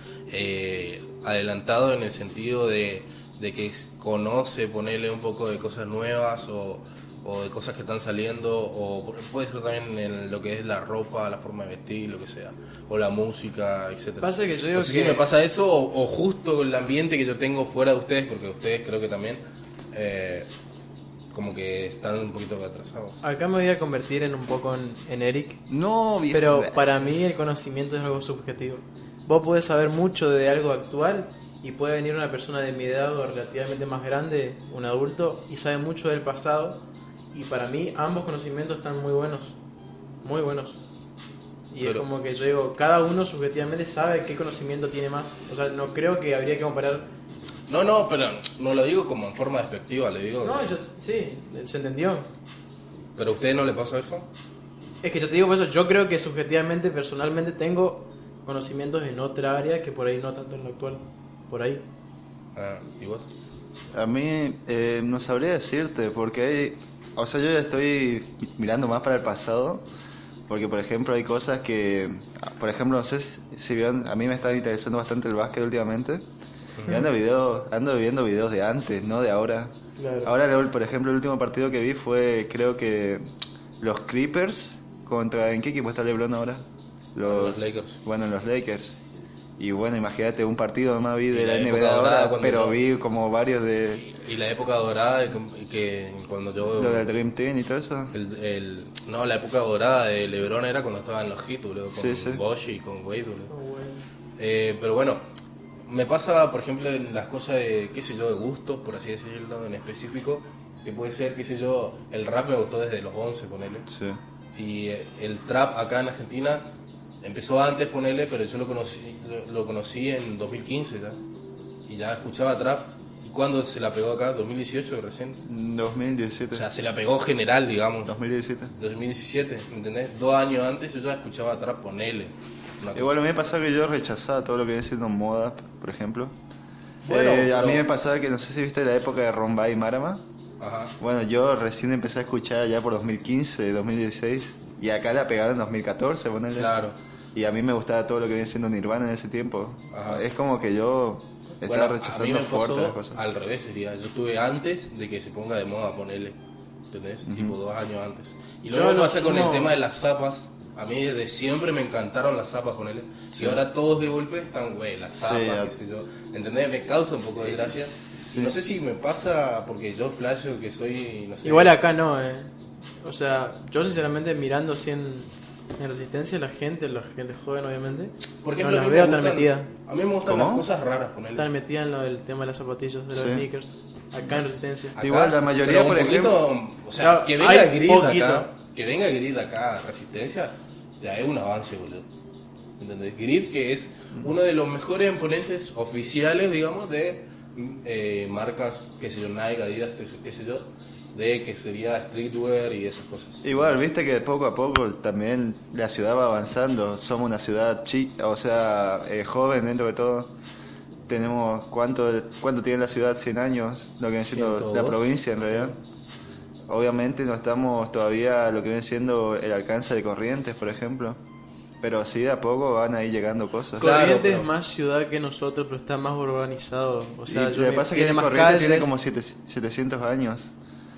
Eh, adelantado en el sentido de, de que s- conoce, ponerle un poco de cosas nuevas o, o de cosas que están saliendo, o puede ser también en lo que es la ropa, la forma de vestir, lo que sea, o la música, etcétera. Pasa que yo digo No sé que- si me pasa eso o, o justo el ambiente que yo tengo fuera de ustedes, porque ustedes creo que también eh, como que están un poquito atrasados. acá me voy a convertir en un poco en, en Eric, No, viejo. pero para mí el conocimiento es algo subjetivo. Vos podés saber mucho de algo actual y puede venir una persona de mi edad o relativamente más grande, un adulto, y sabe mucho del pasado, y para mí ambos conocimientos están muy buenos, muy buenos. Y es Pero- como que yo digo, cada uno subjetivamente sabe qué conocimiento tiene más. O sea, no creo que habría que comparar. No, no, pero no lo digo como en forma despectiva, le digo. No, yo, sí, se entendió. ¿Pero a usted no le pasa eso? Es que yo te digo por eso, yo creo que subjetivamente, personalmente, tengo conocimientos en otra área que por ahí no tanto en lo actual. Por ahí. Ah, ¿y vos? A mí eh, no sabría decirte, porque hay... O sea, yo ya estoy mirando más para el pasado, porque por ejemplo hay cosas que... Por ejemplo, no sé si si vieron, a mí me está interesando bastante el básquet últimamente. Y ando, video, ando viendo videos de antes, no de ahora. Claro. Ahora, lo- por ejemplo, el último partido que vi fue, creo que, los Clippers contra... ¿En qué equipo está LeBron ahora? Los Lakers. Bueno, los Lakers. Y bueno, imagínate, un partido nomás vi Y de la la N B A época dorada ahora, cuando pero yo- vi como varios de... Y la época dorada, de com- que cuando yo... Lo del Dream Team y todo eso. El, el- no, la época dorada de LeBron era cuando estaban los Heat, boludo, con Sí, sí. Bosch y con Wade, boludo. Oh, bueno. Eh, pero bueno, me pasa, por ejemplo, en las cosas de, qué sé yo, de gustos, por así decirlo, en específico, que puede ser, qué sé yo, el rap me gustó desde los once, ponele. Sí. Y eh, el trap acá en Argentina empezó antes, ponele, pero yo lo conocí, lo, lo conocí en dos mil quince ya. Y ya escuchaba trap. ¿Y cuándo se la pegó acá? ¿dos mil dieciocho recién? dos mil diecisiete. O sea, se la pegó general, digamos. dos mil diecisiete. dos mil diecisiete, ¿entendés? Dos años antes yo ya escuchaba trap, ponele. Una cosa. Igual a mí me pasaba que yo rechazaba todo lo que viene siendo moda, por ejemplo. Bueno, Eh, a pero- mí me pasaba que no sé si viste la época de Rombay y Marama. Ajá. Bueno, yo recién empecé a escuchar ya por dos mil quince, dos mil dieciséis. Y acá la pegaron en dos mil catorce, ponele. Claro. Y a mí me gustaba todo lo que viene siendo Nirvana en ese tiempo. Ajá. Es como que yo estaba Bueno, a mí rechazando me fuerte las pasó cosas. al revés, sería. Yo estuve antes de que se ponga de moda, ponele. ¿Entendés? Tipo dos años antes. Y Yo luego lo pasa con el sumo- tema de las zapas. A mí desde siempre me encantaron las zapas, ponele. Y ahora todos de golpe están, güey, las zapas, Sí, qué sé yo. ¿Entendés? Me causa un poco de gracia. Sí. Y no sé si me pasa porque yo flasho que soy, no sé. Igual acá no, eh. O sea, yo sinceramente mirando así en, en Resistencia, la gente, la gente joven obviamente, Por no ejemplo, a las mí me veo tan gustan- metida. A mí me gustan ¿Cómo? las cosas raras, ponele. Tan metida en lo del tema de las zapatillas, de los Sí. sneakers. Acá en Resistencia. Acá, Igual, la mayoría, pero un por poquito, ejemplo- o sea, Claro, que venga hay Grid poquito. acá, que venga Grid acá, Resistencia, ya es un avance, boludo. ¿Entendés? Grid, que es uno de los mejores exponentes oficiales, digamos, de eh, marcas, qué sé yo, Nike, Adidas, qué sé- qué sé yo, de que sería streetwear y esas cosas. Igual, viste que poco a poco también la ciudad va avanzando. Somos una ciudad chica, o sea, eh, joven dentro de todo. Tenemos, ¿cuánto, cuánto tiene la ciudad? cien años, lo que viene siendo ciento la dos. provincia en realidad. Obviamente no estamos todavía lo que viene siendo el alcance de Corrientes, por ejemplo. Pero sí, de a poco van a ir llegando cosas. Claro, Corrientes pero- es más ciudad que nosotros, pero está más urbanizado. O sea, Y yo lo que me- pasa es que tiene más Corrientes tiene calles. como siete- setecientos años.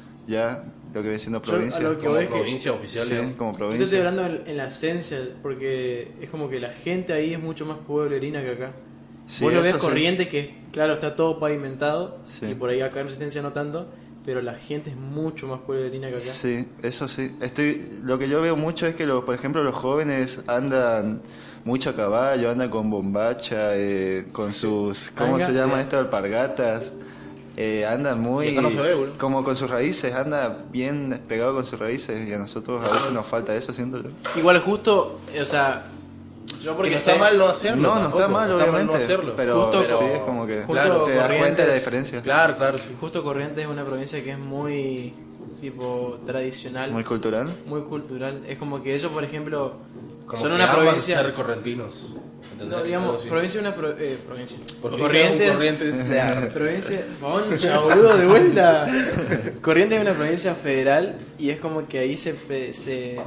Ya, lo que viene siendo Yo a provincia. lo que Como voy es que- provincia oficial, Sí, digamos. como Yo te estoy provincia. hablando en, en la esencia, porque es como que la gente ahí es mucho más pueblerina que acá. Sí, Vos lo eso ves sí. Corrientes, que claro, está todo pavimentado, Sí. y por ahí acá en Resistencia no tanto, pero la gente es mucho más pueblerina que acá. Sí, eso sí. Estoy, lo que yo veo mucho es que, lo, por ejemplo, los jóvenes andan mucho a caballo, andan con bombacha, eh, con sus, ¿cómo Anga, se llama eh. esto? Alpargatas. Eh, andan muy, Y acá no se ve, boludo. como con sus raíces, anda bien pegado con sus raíces y a nosotros a veces nos falta eso, siento yo. Igual justo, eh, o sea, yo porque Porque está sé- mal no hacerlo. No, no tampoco, está mal, obviamente, no hacerlo. pero, Justo- pero sí, es como que justo claro, te das cuenta de la Corrientes- diferencia. Claro, claro, sí. Justo Corrientes es una provincia que es muy tipo tradicional, Muy muy, cultural. cultural. Es como que ellos, por ejemplo, Como son que una aman provincia, ser correntinos. ¿Entendés? no, digamos, Algo así. provincia es una pro- eh, provincia. Porque Corrientes, son corrientes de ar- provincia, concha, boludo, de vuelta. Corrientes es una provincia federal y es como que ahí se pe- se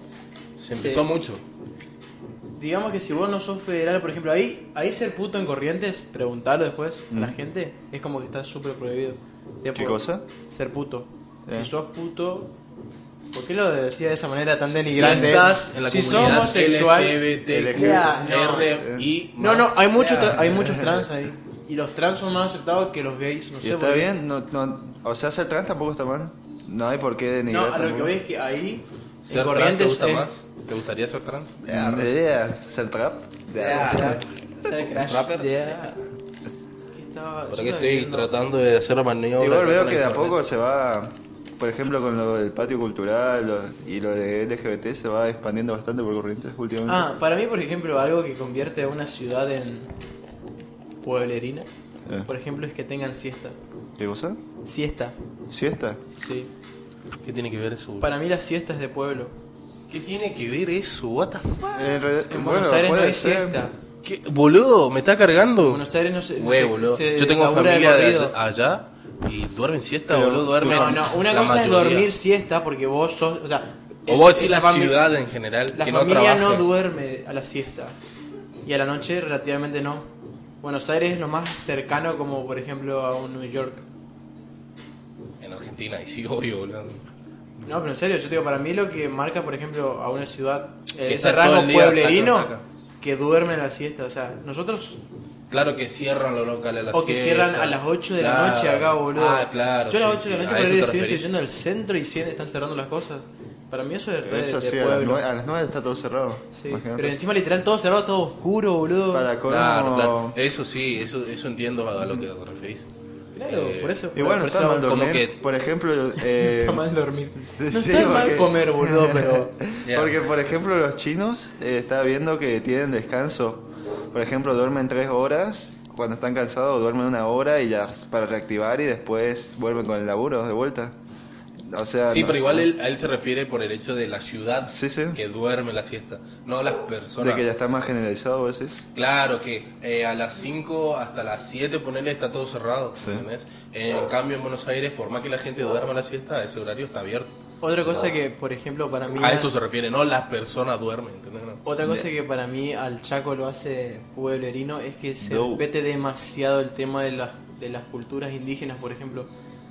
Se empezó Sí. mucho. digamos que si vos no sos federal, por ejemplo, ahí ahí ser puto en Corrientes, preguntarlo después a la gente, es como que está súper prohibido. ¿Qué Tipo, cosa? Ser puto. Eh. Si sos puto, ¿por qué lo decía de esa manera tan denigrante? Si estás en la si sos comunidad homosexual, L G B T Q Ya, no. R I no, no, hay muchos Ya. tra- hay muchos trans ahí y los trans son más aceptados que los gays, no Y sé. está por qué. bien, no, no, o sea, ser trans tampoco está mal. No hay por qué No, denigrar a lo que tampoco. voy es que ahí ¿Ser en trans te Corrientes gusta es- más? ¿Te gustaría ser trans? Mm, idea, ser trap. Ya. ser crash. Rapper. Yeah. ¿Qué estaba- ¿Por yo qué estaba estoy viendo- tratando de hacer maniobras? Igual acá veo con que de a internet? poco se va, por ejemplo, con lo del patio cultural lo- y lo de L G B T se va expandiendo bastante por Corrientes últimamente. Ah, para mí, por ejemplo, algo que convierte a una ciudad en pueblerina, Eh. por ejemplo, es que tengan siesta. ¿Qué cosa? Siesta, ¿Siesta? sí. ¿Qué tiene que ver eso? Para mí la siesta es de pueblo. ¿Qué tiene que ver eso? What the fuck? En, re- En bueno, Buenos Aires no puede hay ser. siesta. ¿Qué? Boludo, me está cargando. En Buenos Aires no se, no Güey, se- boludo. se Yo tengo labura de familia de corrido. allá, allá y duermen siesta, Pero boludo. Duermen. No, no, una la cosa es mayoría. dormir siesta porque vos sos, o sea, O es- vos decís esa la fami- ciudad en general. La que familia no, no, trabaja. duerme a la siesta y a la noche relativamente no. Buenos Aires es lo más cercano como por ejemplo a un New York. En Argentina, y sí, obvio, boludo. No, pero en serio, yo te digo, para mí lo que marca, por ejemplo, a una ciudad, eh, Que ese está todo rango el día pueblerino, taca, taca. que duerme en la siesta. O sea, nosotros, Claro que cierran los locales a las o que siete. cierran a las ocho de la Claro. noche acá, boludo. Ah, claro. Yo a las sí, ocho de la sí, noche a por eso ahí te estoy referís. yendo al centro y cien están cerrando las cosas. Para mí eso es re Eso de sí, a las, pueblo. nueve, a las nueve está todo cerrado. Sí, Imagínate. pero encima literal todo cerrado, todo oscuro, boludo. Para colmo, Claro, claro. Eso sí, eso, eso entiendo a lo que te referís. Claro, Eh, por eso. Igual no por está eso- mal como dormir. que- Por ejemplo, eh, Está mal dormir. sí, No sí, está mal porque- comer, boludo, pero... Ya. Porque, por ejemplo, los chinos, eh, estaba viendo que tienen descanso. Por ejemplo, duermen tres horas, cuando están cansados duermen una hora y ya para reactivar y después vuelven con el laburo de vuelta. O sea, Sí, no- pero igual él, a él se refiere por el hecho de la ciudad Sí, sí. que duerme la siesta, no las personas. de que ya está más generalizado a veces. Claro que eh, a las cinco hasta las siete ponerle está todo cerrado, Sí. ¿entendés? En cambio en Buenos Aires, por más que la gente duerma la siesta, ese horario está abierto. Otra cosa que, por ejemplo, para mí... A eso se refiere, no las personas duermen, ¿entendés? No. Otra cosa que para mí al Chaco lo hace pueblerino es que se No. respete demasiado el tema de las, de las culturas indígenas, por ejemplo.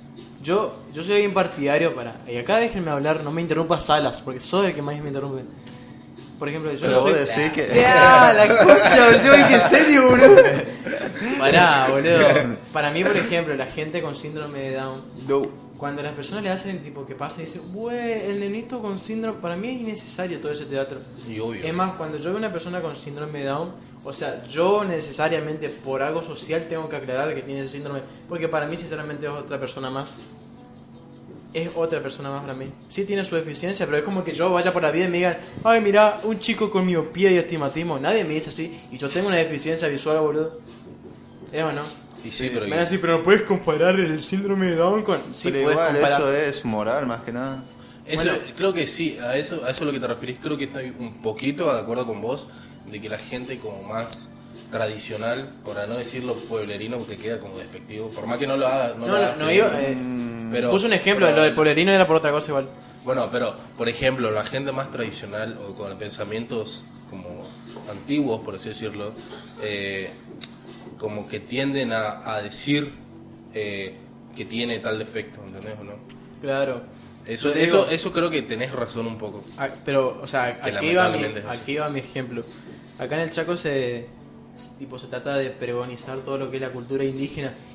Yo yo soy bien partidario para... Y acá déjenme hablar, no me interrumpas Salas, porque soy el que más me interrumpe. Por ejemplo, yo Pero no vos soy... decís que... ¡Ya! ¡La concha! Encima que en serio, boludo. Pará, boludo. Para mí, por ejemplo, la gente con síndrome de Down, No. cuando las personas le hacen tipo que pasa y dicen, güey, el nenito con síndrome, para mí es innecesario todo ese teatro. Y obvio. Es más, cuando yo veo una persona con síndrome de Down, o sea, yo necesariamente por algo social tengo que aclarar que tiene ese síndrome, porque para mí sinceramente es otra persona más. Es otra persona más para mí. Sí tiene su deficiencia, pero es como que yo vaya por la vida y me digan, ay, mira, un chico con miopía y astigmatismo. Nadie me dice así, y yo tengo una deficiencia visual, boludo. ¿Es o no? Y sí, pero, Me van a decir, pero no puedes comparar el síndrome de Down con... Sí, Pero puedes igual comparar. eso es moral más que nada. eso, bueno. creo que sí, a eso, a eso es lo que te referís, creo que estoy un poquito de acuerdo con vos, de que la gente como más tradicional, para no decirlo pueblerino, porque queda como despectivo, por más que no lo haga. No, No, lo no, hagas no, bien, iba, eh, pero- puse un ejemplo, pero- lo del pueblerino era por otra cosa igual. Bueno, pero por ejemplo, la gente más tradicional o con pensamientos como antiguos, por así decirlo, eh, como que tienden a, a decir eh, que tiene tal defecto, ¿entendés o no? Claro. Eso, Yo te eso, digo- eso creo que tenés razón un poco. Ah, pero, o sea, Que aquí iba, mi, lamentablemente es así. aquí iba mi ejemplo. Acá en el Chaco se tipo se trata de pregonizar todo lo que es la cultura indígena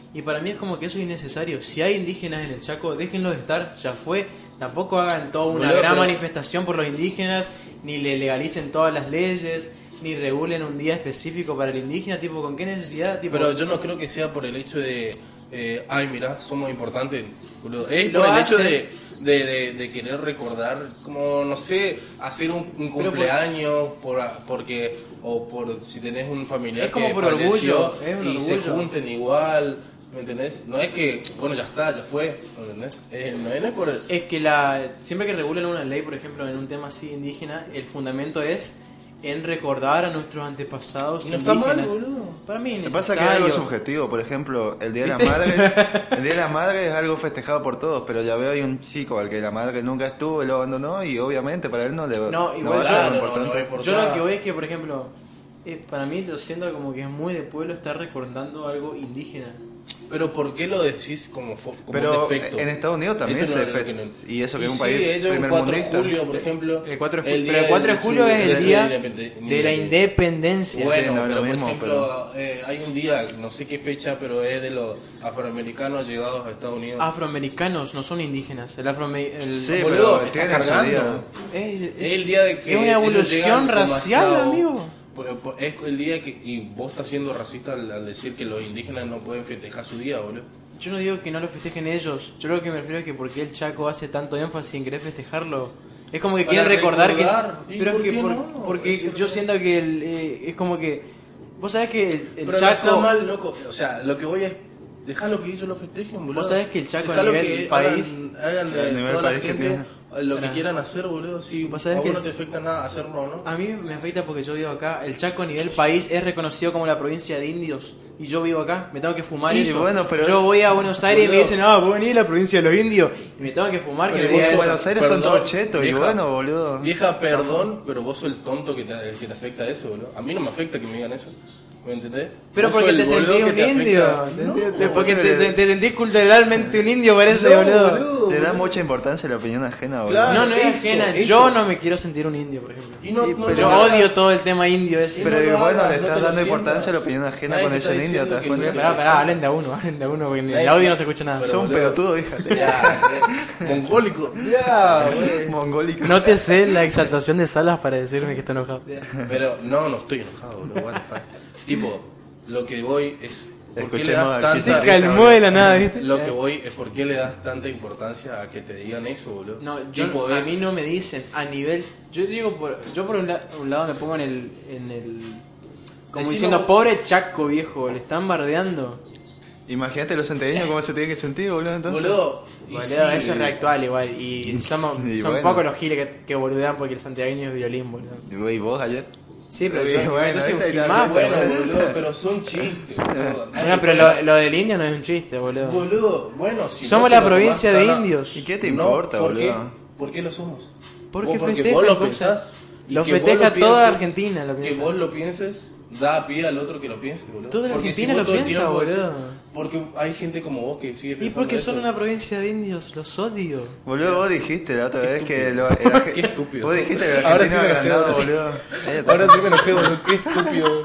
Y para mí es como que eso es innecesario. Si hay indígenas en el Chaco, déjenlos estar, ya fue. Tampoco hagan toda una Boludo, gran pero- manifestación por los indígenas, ni le legalicen todas las leyes, ni regulen un día específico para el indígena, tipo, ¿con qué necesidad? Tipo, Pero yo no creo que sea por el hecho de, eh, ay, mirá, somos importantes, boludo. Es Lo por el hecho hacen. de, de, de, de querer recordar, como, no sé, hacer un, un Pero por- cumpleaños, por, porque, o por si tenés un familiar Es como que por falleció orgullo, es un y se orgullo. junten igual, ¿me entendés? No es que, bueno, ya está, ya fue, ¿me entendés? Eh, no es por el... Es que la siempre que regulan una ley, por ejemplo, en un tema así indígena, el fundamento es en recordar a nuestros antepasados No está indígenas. mal, boludo. Para mí es Lo que pasa es que es algo necesario. subjetivo, por ejemplo, el Día de las Madres, el Día de las Madres es algo festejado por todos, pero ya veo hay un chico al que la madre nunca estuvo y lo abandonó y obviamente para él no le No, igual va a yo- ser Claro, lo no, importante. no es por- Yo lo que voy es que, por ejemplo, eh, para mí lo siento como que es muy de pueblo estar recordando algo indígena. Pero ¿por qué lo decís como, fo- como Pero un defecto? en Estados Unidos también Eso se no es lo fe- que no- y eso que es un sí, país ellos el cuatro de primermundista. julio, por ejemplo. El cuatro de el julio, día pero el cuatro de su- julio es el de día la independe- de la independencia. Sí, Bueno, no es lo pero por mismo, ejemplo, eh, hay un día, no sé qué fecha, pero es de los afroamericanos llegados a Estados Unidos. Afroamericanos no son indígenas. El afroame- el- Sí, Boludo, pero está tienen su cargando. día. es, es- Es el día de que es una ellos evolución llegan como racial, esclavos. amigo. Pues, pues, Es el día que, y vos estás siendo racista al, al decir que los indígenas no pueden festejar su día, boludo. Yo no digo que no lo festejen ellos. Yo lo que me refiero es que por qué el Chaco hace tanto énfasis en querer festejarlo. Es como que Para quieren recordar, recordar. que... ¿Y Pero es por que qué por- no? porque Eso yo no- siento que el, eh, es como que... Vos sabés que el, el Pero Chaco... no está mal, loco. O sea, lo que voy es dejar que ellos lo festejen, boludo. Vos sabés que el Chaco a Dejalo nivel que país- hagan, hagan de A nivel toda la país que gente tiene. lo que Pará. quieran hacer, boludo. Si Vos a sabés vos que no el- te afecta nada hacerlo, ¿no? A mí me afecta porque yo vivo acá. El Chaco a nivel país es reconocido como la provincia de indios. Y yo vivo acá. Me tengo que fumar Y eso. bueno, pero yo es- voy a Buenos Aires y me Boludo. dicen, ah, vos venís a la provincia de los indios. Y me tengo que fumar que Pero me vos diga En eso. Buenos Aires son Perdón, todos chetos y vieja. bueno, boludo. Vieja, perdón, pero vos sos el tonto que te, el que te afecta eso, boludo. A mí no me afecta que me digan eso. ¿Me entendés? Pero Vos porque sos te el boludo sentís que un te indio. afecta. Te- No, te- te- porque vos te, eres- te- te sentís culturalmente un indio, parece, no, boludo. boludo. Le da mucha importancia a la opinión ajena, boludo. Claro. No, no es Eso, ajena. eso. Yo no me quiero sentir un indio, por ejemplo. Y no, Y- no, pero- Yo no, odio todo el tema indio ese. Pero no lo bueno, hagas, le no estás te lo dando sientas. importancia a la opinión ajena Nadie con te ese está indio, ¿te das diciendo que cuenta? no- Pará, pará, hablen de a uno, hablen de a uno, porque en el Nadie- audio no se escucha nada. Pero- Sos un boludo. pelotudo, fíjate. Ya, eh, mongólico. Ya, güey. Mongólico. No te sé la exaltación de Salas para decirme que está enojado. Pero no, no estoy enojado, boludo. what the fuck. Tipo, lo que voy es. ¿por qué le Escuchemos das al Se tanta- guitarrista, calmó de la nada, ¿viste? Lo que voy es por qué le das tanta importancia a que te digan eso, boludo. No, yo, Tipo, a es- mí no me dicen a nivel. Yo digo, por, yo por un, la- un lado me pongo en el. En el como Decilo diciendo, vos. pobre Chaco viejo, le están bardeando. Imagínate los santiagueños cómo se tienen que sentir, boludo, entonces. Boludo. y Boludo, sí, eso es reactual igual. Y somos, Y son bueno. pocos los giles que, que boludean porque el santiagueño es violín, boludo. ¿Y vos ayer? Sí, pero Sí, yo, bueno, yo soy un esta gil es la- más, Bueno, boludo. boludo, pero son chistes. boludo. No, pero lo, lo del indio no es un chiste, boludo. Boludo, bueno, si Somos vos te la lo provincia tomás de tan a- indios. ¿Y qué te No, importa, ¿por qué? boludo? ¿Por qué lo somos? Porque Vos- festejan vos lo cosas. pensás. y Lo que vos festeja lo toda pienses, Argentina, lo Que piensa. vos lo pienses, da pie al otro que lo piense, boludo. Toda la Porque Argentina vos lo todo el piensa, tiempo boludo. decís- Porque hay gente como vos que sigue Y pensando porque eso. son una provincia de indios, los odio. Boludo, vos dijiste la otra Qué vez que estúpido. lo, el arge- Qué estúpido. Vos dijiste que el Ahora argentino sí me enojé, agrandado, boludo. boludo. Cállate. Ahora sí me enojé, boludo. Qué estúpido.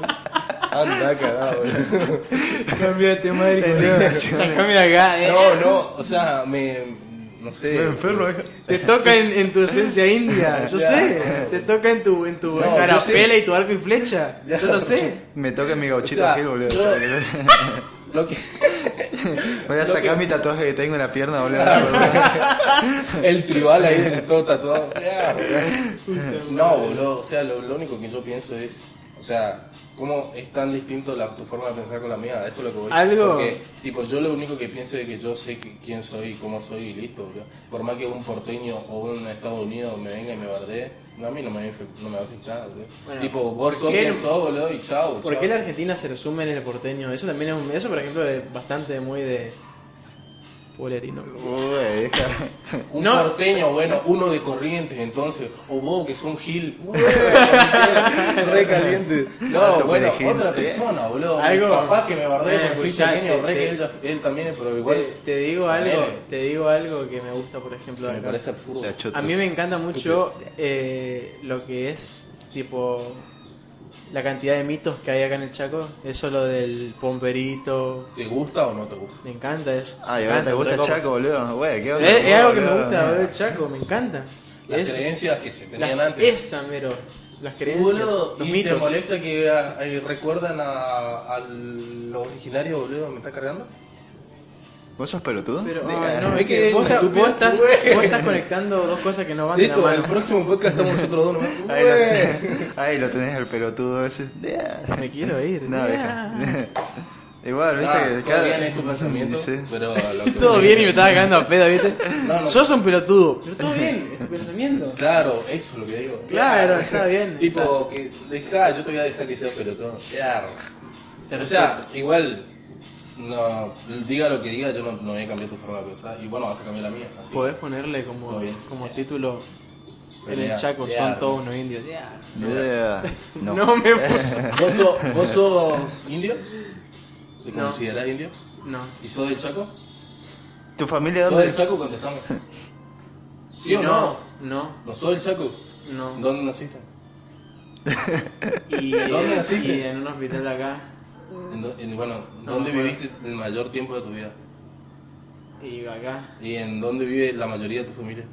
Anda, cagado, boludo. Cambia de tema, Eric, boludo. boludo. Sacame de acá, eh. No, no, o sea, me. No sé. Me enfermo, eh. Te toca en, en tu esencia india, yo Ya. sé. Te toca en tu, en tu No, yo carapela sé. y tu arco y flecha. Ya. Yo lo sé. Me toca mi gauchito O sea, Gil, boludo. yo- Lo que. Voy a lo sacar que- mi tatuaje que tengo en la pierna, boludo. El tribal ahí, todo tatuado. Ya, boludo. No, boludo, o sea, lo, lo único que yo pienso es, o sea, cómo es tan distinto la, tu forma de pensar con la mía, eso es lo que voy. Algo- Porque, tipo, yo lo único que pienso es que yo sé que- quién soy y cómo soy y listo, boludo. Por más que un porteño o un Estados Unidos me venga y me bardee, no, a mí no me, va a infe- no me va a afectar, boludo. Bueno, tipo, vos ¿por sos qué quien no- sos, boludo, y chao. ¿Por chao. qué la Argentina se resume en el porteño? Eso también es un, eso por ejemplo es bastante muy de pulerino. Uy, deja. Un No. porteño, bueno, uno de Corrientes entonces, o vos que sos un gil, uy, re caliente. No, Alto bueno, perejil. otra persona, boludo. Algo- Mi papá que me bardee Eh, porque soy escuchá, pequeño, te- re que te- él, ya- él también es, pero igual Te, te digo algo, Ponele. te digo algo que me gusta, por ejemplo, de me acá. parece absurdo. La chota. A mí me encanta mucho eh, lo que es tipo la cantidad de mitos que hay acá en el Chaco. Eso lo del pomperito. ¿Te gusta o no te gusta? Me encanta eso. Ay, me ahora encanta, te gusta el recopa. Chaco, boludo. Güey, ¿qué onda? Es, es algo que boludo? me gusta, boludo, el Chaco, me encanta. Las Es- creencias que se tenían la- antes. Esa, mero. Las creencias, Boludo, los ¿y mitos. te molesta que ah, eh, recuerdan a, a los originarios, boludo? ¿Me está cargando? ¿Vos sos pelotudo? Pero, Diga. ay, no, Es es que que es vos, una ta- estupidez, vos estás, güey. vos estás conectando dos cosas que no van de la Listo, en el mano. próximo podcast estamos nosotros dos nomás. Ahí lo, Güey. ahí lo tenés el pelotudo ese. Yeah. Me quiero ir. No, Ya. deja. Igual, viste Ah, que todo bien es tu pensamiento, Sí. pero lo que Todo bien y me estaba cagando a pedo, ¿viste? No, no. Sos un pelotudo, pero todo bien, es tu pensamiento. Claro, eso es lo que digo. Claro, está bien. Tipo, que deja, yo te voy a dejar que seas pelotudo. Ya. Te O sea, igual, no, diga lo que diga, yo no, no voy a cambiar tu forma de pensar. Y bueno, vas a cambiar la mía. Así. Podés ponerle como, Todo bien. como título en Pelea, el Chaco, pelea. son todos unos indios. Ya. Yeah. No. No me puse. ¿Vos sos, vos sos indio? ¿Te No. considerás indio? No. ¿Y sos del Chaco? ¿Tu familia ¿Sos dónde? del Chaco? Contestame. ¿Sí o no? No, ¿No sos del Chaco? no. ¿Dónde naciste? Y, ¿Dónde naciste? y en un hospital de acá. En do- en- bueno, No, ¿dónde bueno. viviste el mayor tiempo de tu vida? Y acá. ¿Y en dónde vive la mayoría de tu familia?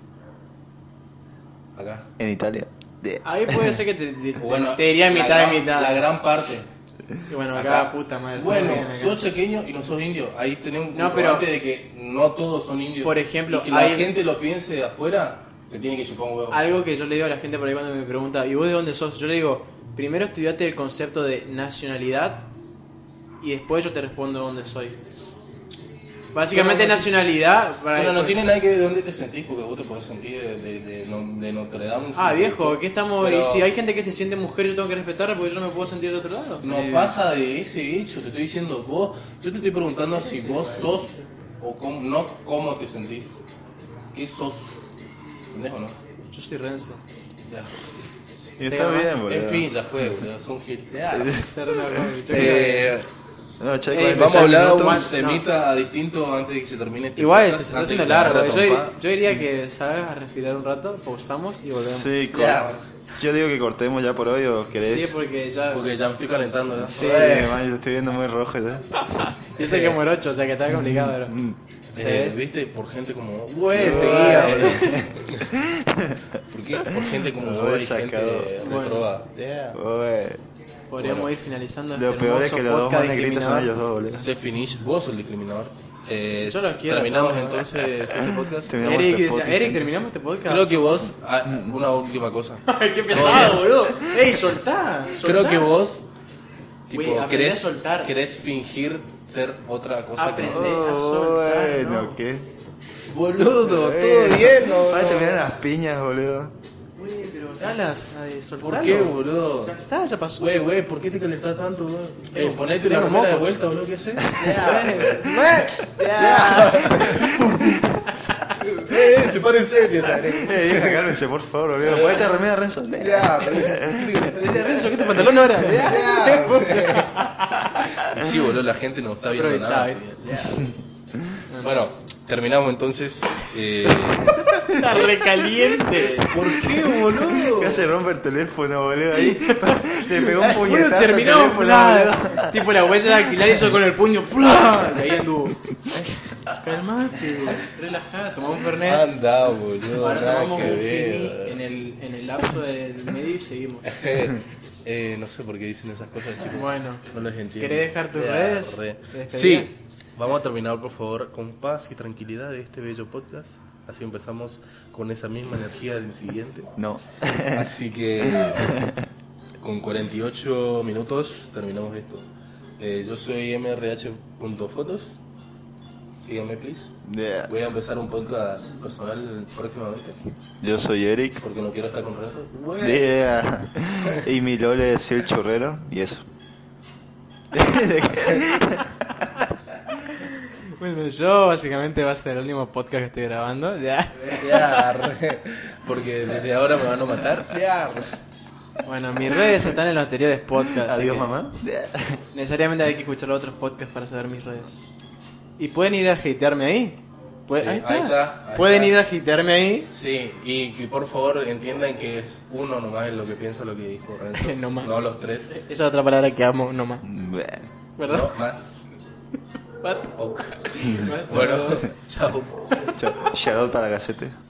Acá. En Italia. Yeah. Ahí puede ser que te, te, Bueno, te diría la mitad gran- y mitad. La gran parte. Y bueno, acá, Acá. puta madre. Bueno, todo bien acá. sos chaqueño y no sos indio. Ahí tenemos un No, pero- comprobante de que no todos son indios. Por ejemplo, y que la hay- gente lo piense de afuera, que tiene que chupar un huevo. Algo que yo le digo a la gente por ahí cuando me pregunta, ¿y vos de dónde sos? Yo le digo, primero estudiate el concepto de nacionalidad y después yo te respondo dónde soy. Básicamente Pero no- nacionalidad... para- Pero no tiene nada que ver de dónde te sentís, porque vos te podés sentir de, de, de, no- de Notre Dame. Ah, viejo, aquí estamos... Pero Y si hay gente que se siente mujer, yo tengo que respetarla porque yo no me puedo sentir de otro lado. No pasa de ese hecho, te estoy diciendo vos. Yo te estoy preguntando si vos sos o cómo, no cómo te sentís. ¿Qué sos? ¿Entendés o no? Yo soy Renzo. Ya. Y está bien, boludo. En fin, ya fue, boludo. Son gil. Ya. Ser una cosa, yo creo Eh, No, che, Eh, cuarenta y vamos a seis hablar de minutos. un temita distinto antes de que se termine este Igual, podcast, te está antes de haciendo que me largo. agarre Yo, dir- trompada. yo diría que sabes a respirar un rato, pausamos y volvemos. Sí, cor- Ya. yo digo que cortemos ya por hoy o querés. Sí, porque ya... Porque ya me estoy calentando. ¿no? Sí, man, yo lo estoy viendo muy rojo ya. Yo sé que morocho, o sea que está complicado, pero... Mm. Eh, ¿Sí? ¿Viste? Por gente como vos. Güey, Uy. seguía, boludo. ¿Por qué? Por gente como Lo vos he hay gente sacado. Bueno. reprobada. Yeah. Uy, Podríamos Bueno. ir finalizando lo este peor es hermoso que los dos podcast más negritos son ellos discriminador. dos, boludo. Se finish, vos sos el discriminador. Eh, Yo los quiero Terminamos a todos. entonces este podcast. Terminamos Eric, este decía, podcast. Eric, terminamos este podcast. Creo que vos, ah, una última cosa. Ay, qué pesado, boludo. Ey, soltá. soltá. Creo que vos, tipo, Güey, aprendí querés, a soltar. querés fingir ser otra cosa Aprendí. que no. a soltar, Bueno, ¿no? ¿qué? Boludo, todo Eh, bien, ¿no? Para terminar las piñas, boludo. Güey, pero salas, ay, soltalo. ¿Por qué, boludo? Ya está, ya pasó. Güey, güey, ¿por qué te calentás tanto, güey? Eh, Tengo- ponete la tengo remera de mocos. vuelta, boludo, ¿qué haces? Güey, ya. Eh, se pone en serio, ¿sabes? Eh, vieja, cálmense, por favor, boludo. ¿Podés te remediar, Renzo? Ya, pero... Dice, Renzo, ¿qué te pantalón ahora? Ya. Sí, boludo, la gente no está viendo Aprovechá, nada. eh. así. Bueno, terminamos entonces. Eh, Está recaliente. ¿Por qué, boludo? Casi rompe el teléfono, boludo. Ahí le pegó un Bueno, puñetazo al terminamos, teléfono, plá. boludo. Tipo la huella dactilar hizo con el puño, plá. Y ahí anduvo. Calmate, relajá, tomamos un Fernet. Anda, boludo. Ahora nada tomamos que un ver. fini en el, en el lapso del medio y seguimos. Eh, eh, no sé por qué dicen esas cosas, chicos. Bueno, No los entiendo. ¿querés dejar tus Ya, redes? re. ¿De despedida? Sí, vamos a terminar por favor con paz y tranquilidad de este bello podcast. Así empezamos con esa misma energía del siguiente. No. Así que con cuarenta y ocho minutos terminamos esto. Eh, yo soy m r h punto fotos. Síganme, please. Yeah. Voy a empezar un podcast personal próximamente. Yo soy Eric. Porque no quiero estar con Renzo. Yeah. Y mi lole es el chorrero. Y eso. Bueno, yo básicamente va a ser el último podcast que estoy grabando. Ya. Ya, re. Porque desde ahora me van a matar. Ya, re. Bueno, mis redes están en los anteriores podcasts. así Adiós, que mamá. Yeah. Necesariamente hay que escuchar los otros podcasts para saber mis redes. Y pueden ir a hatearme ahí. Puede- Sí, ahí está. ahí está, ahí Pueden está. ir a agiterme ahí. Sí, y, y por favor entiendan que es uno nomás en lo que piensa lo que dijo Renzo. No más. No los tres. Esa es otra palabra que amo, no más. Bleh. ¿Verdad? No más. What? Ok. Bueno, chao. Chao. Shoutout para Gacete.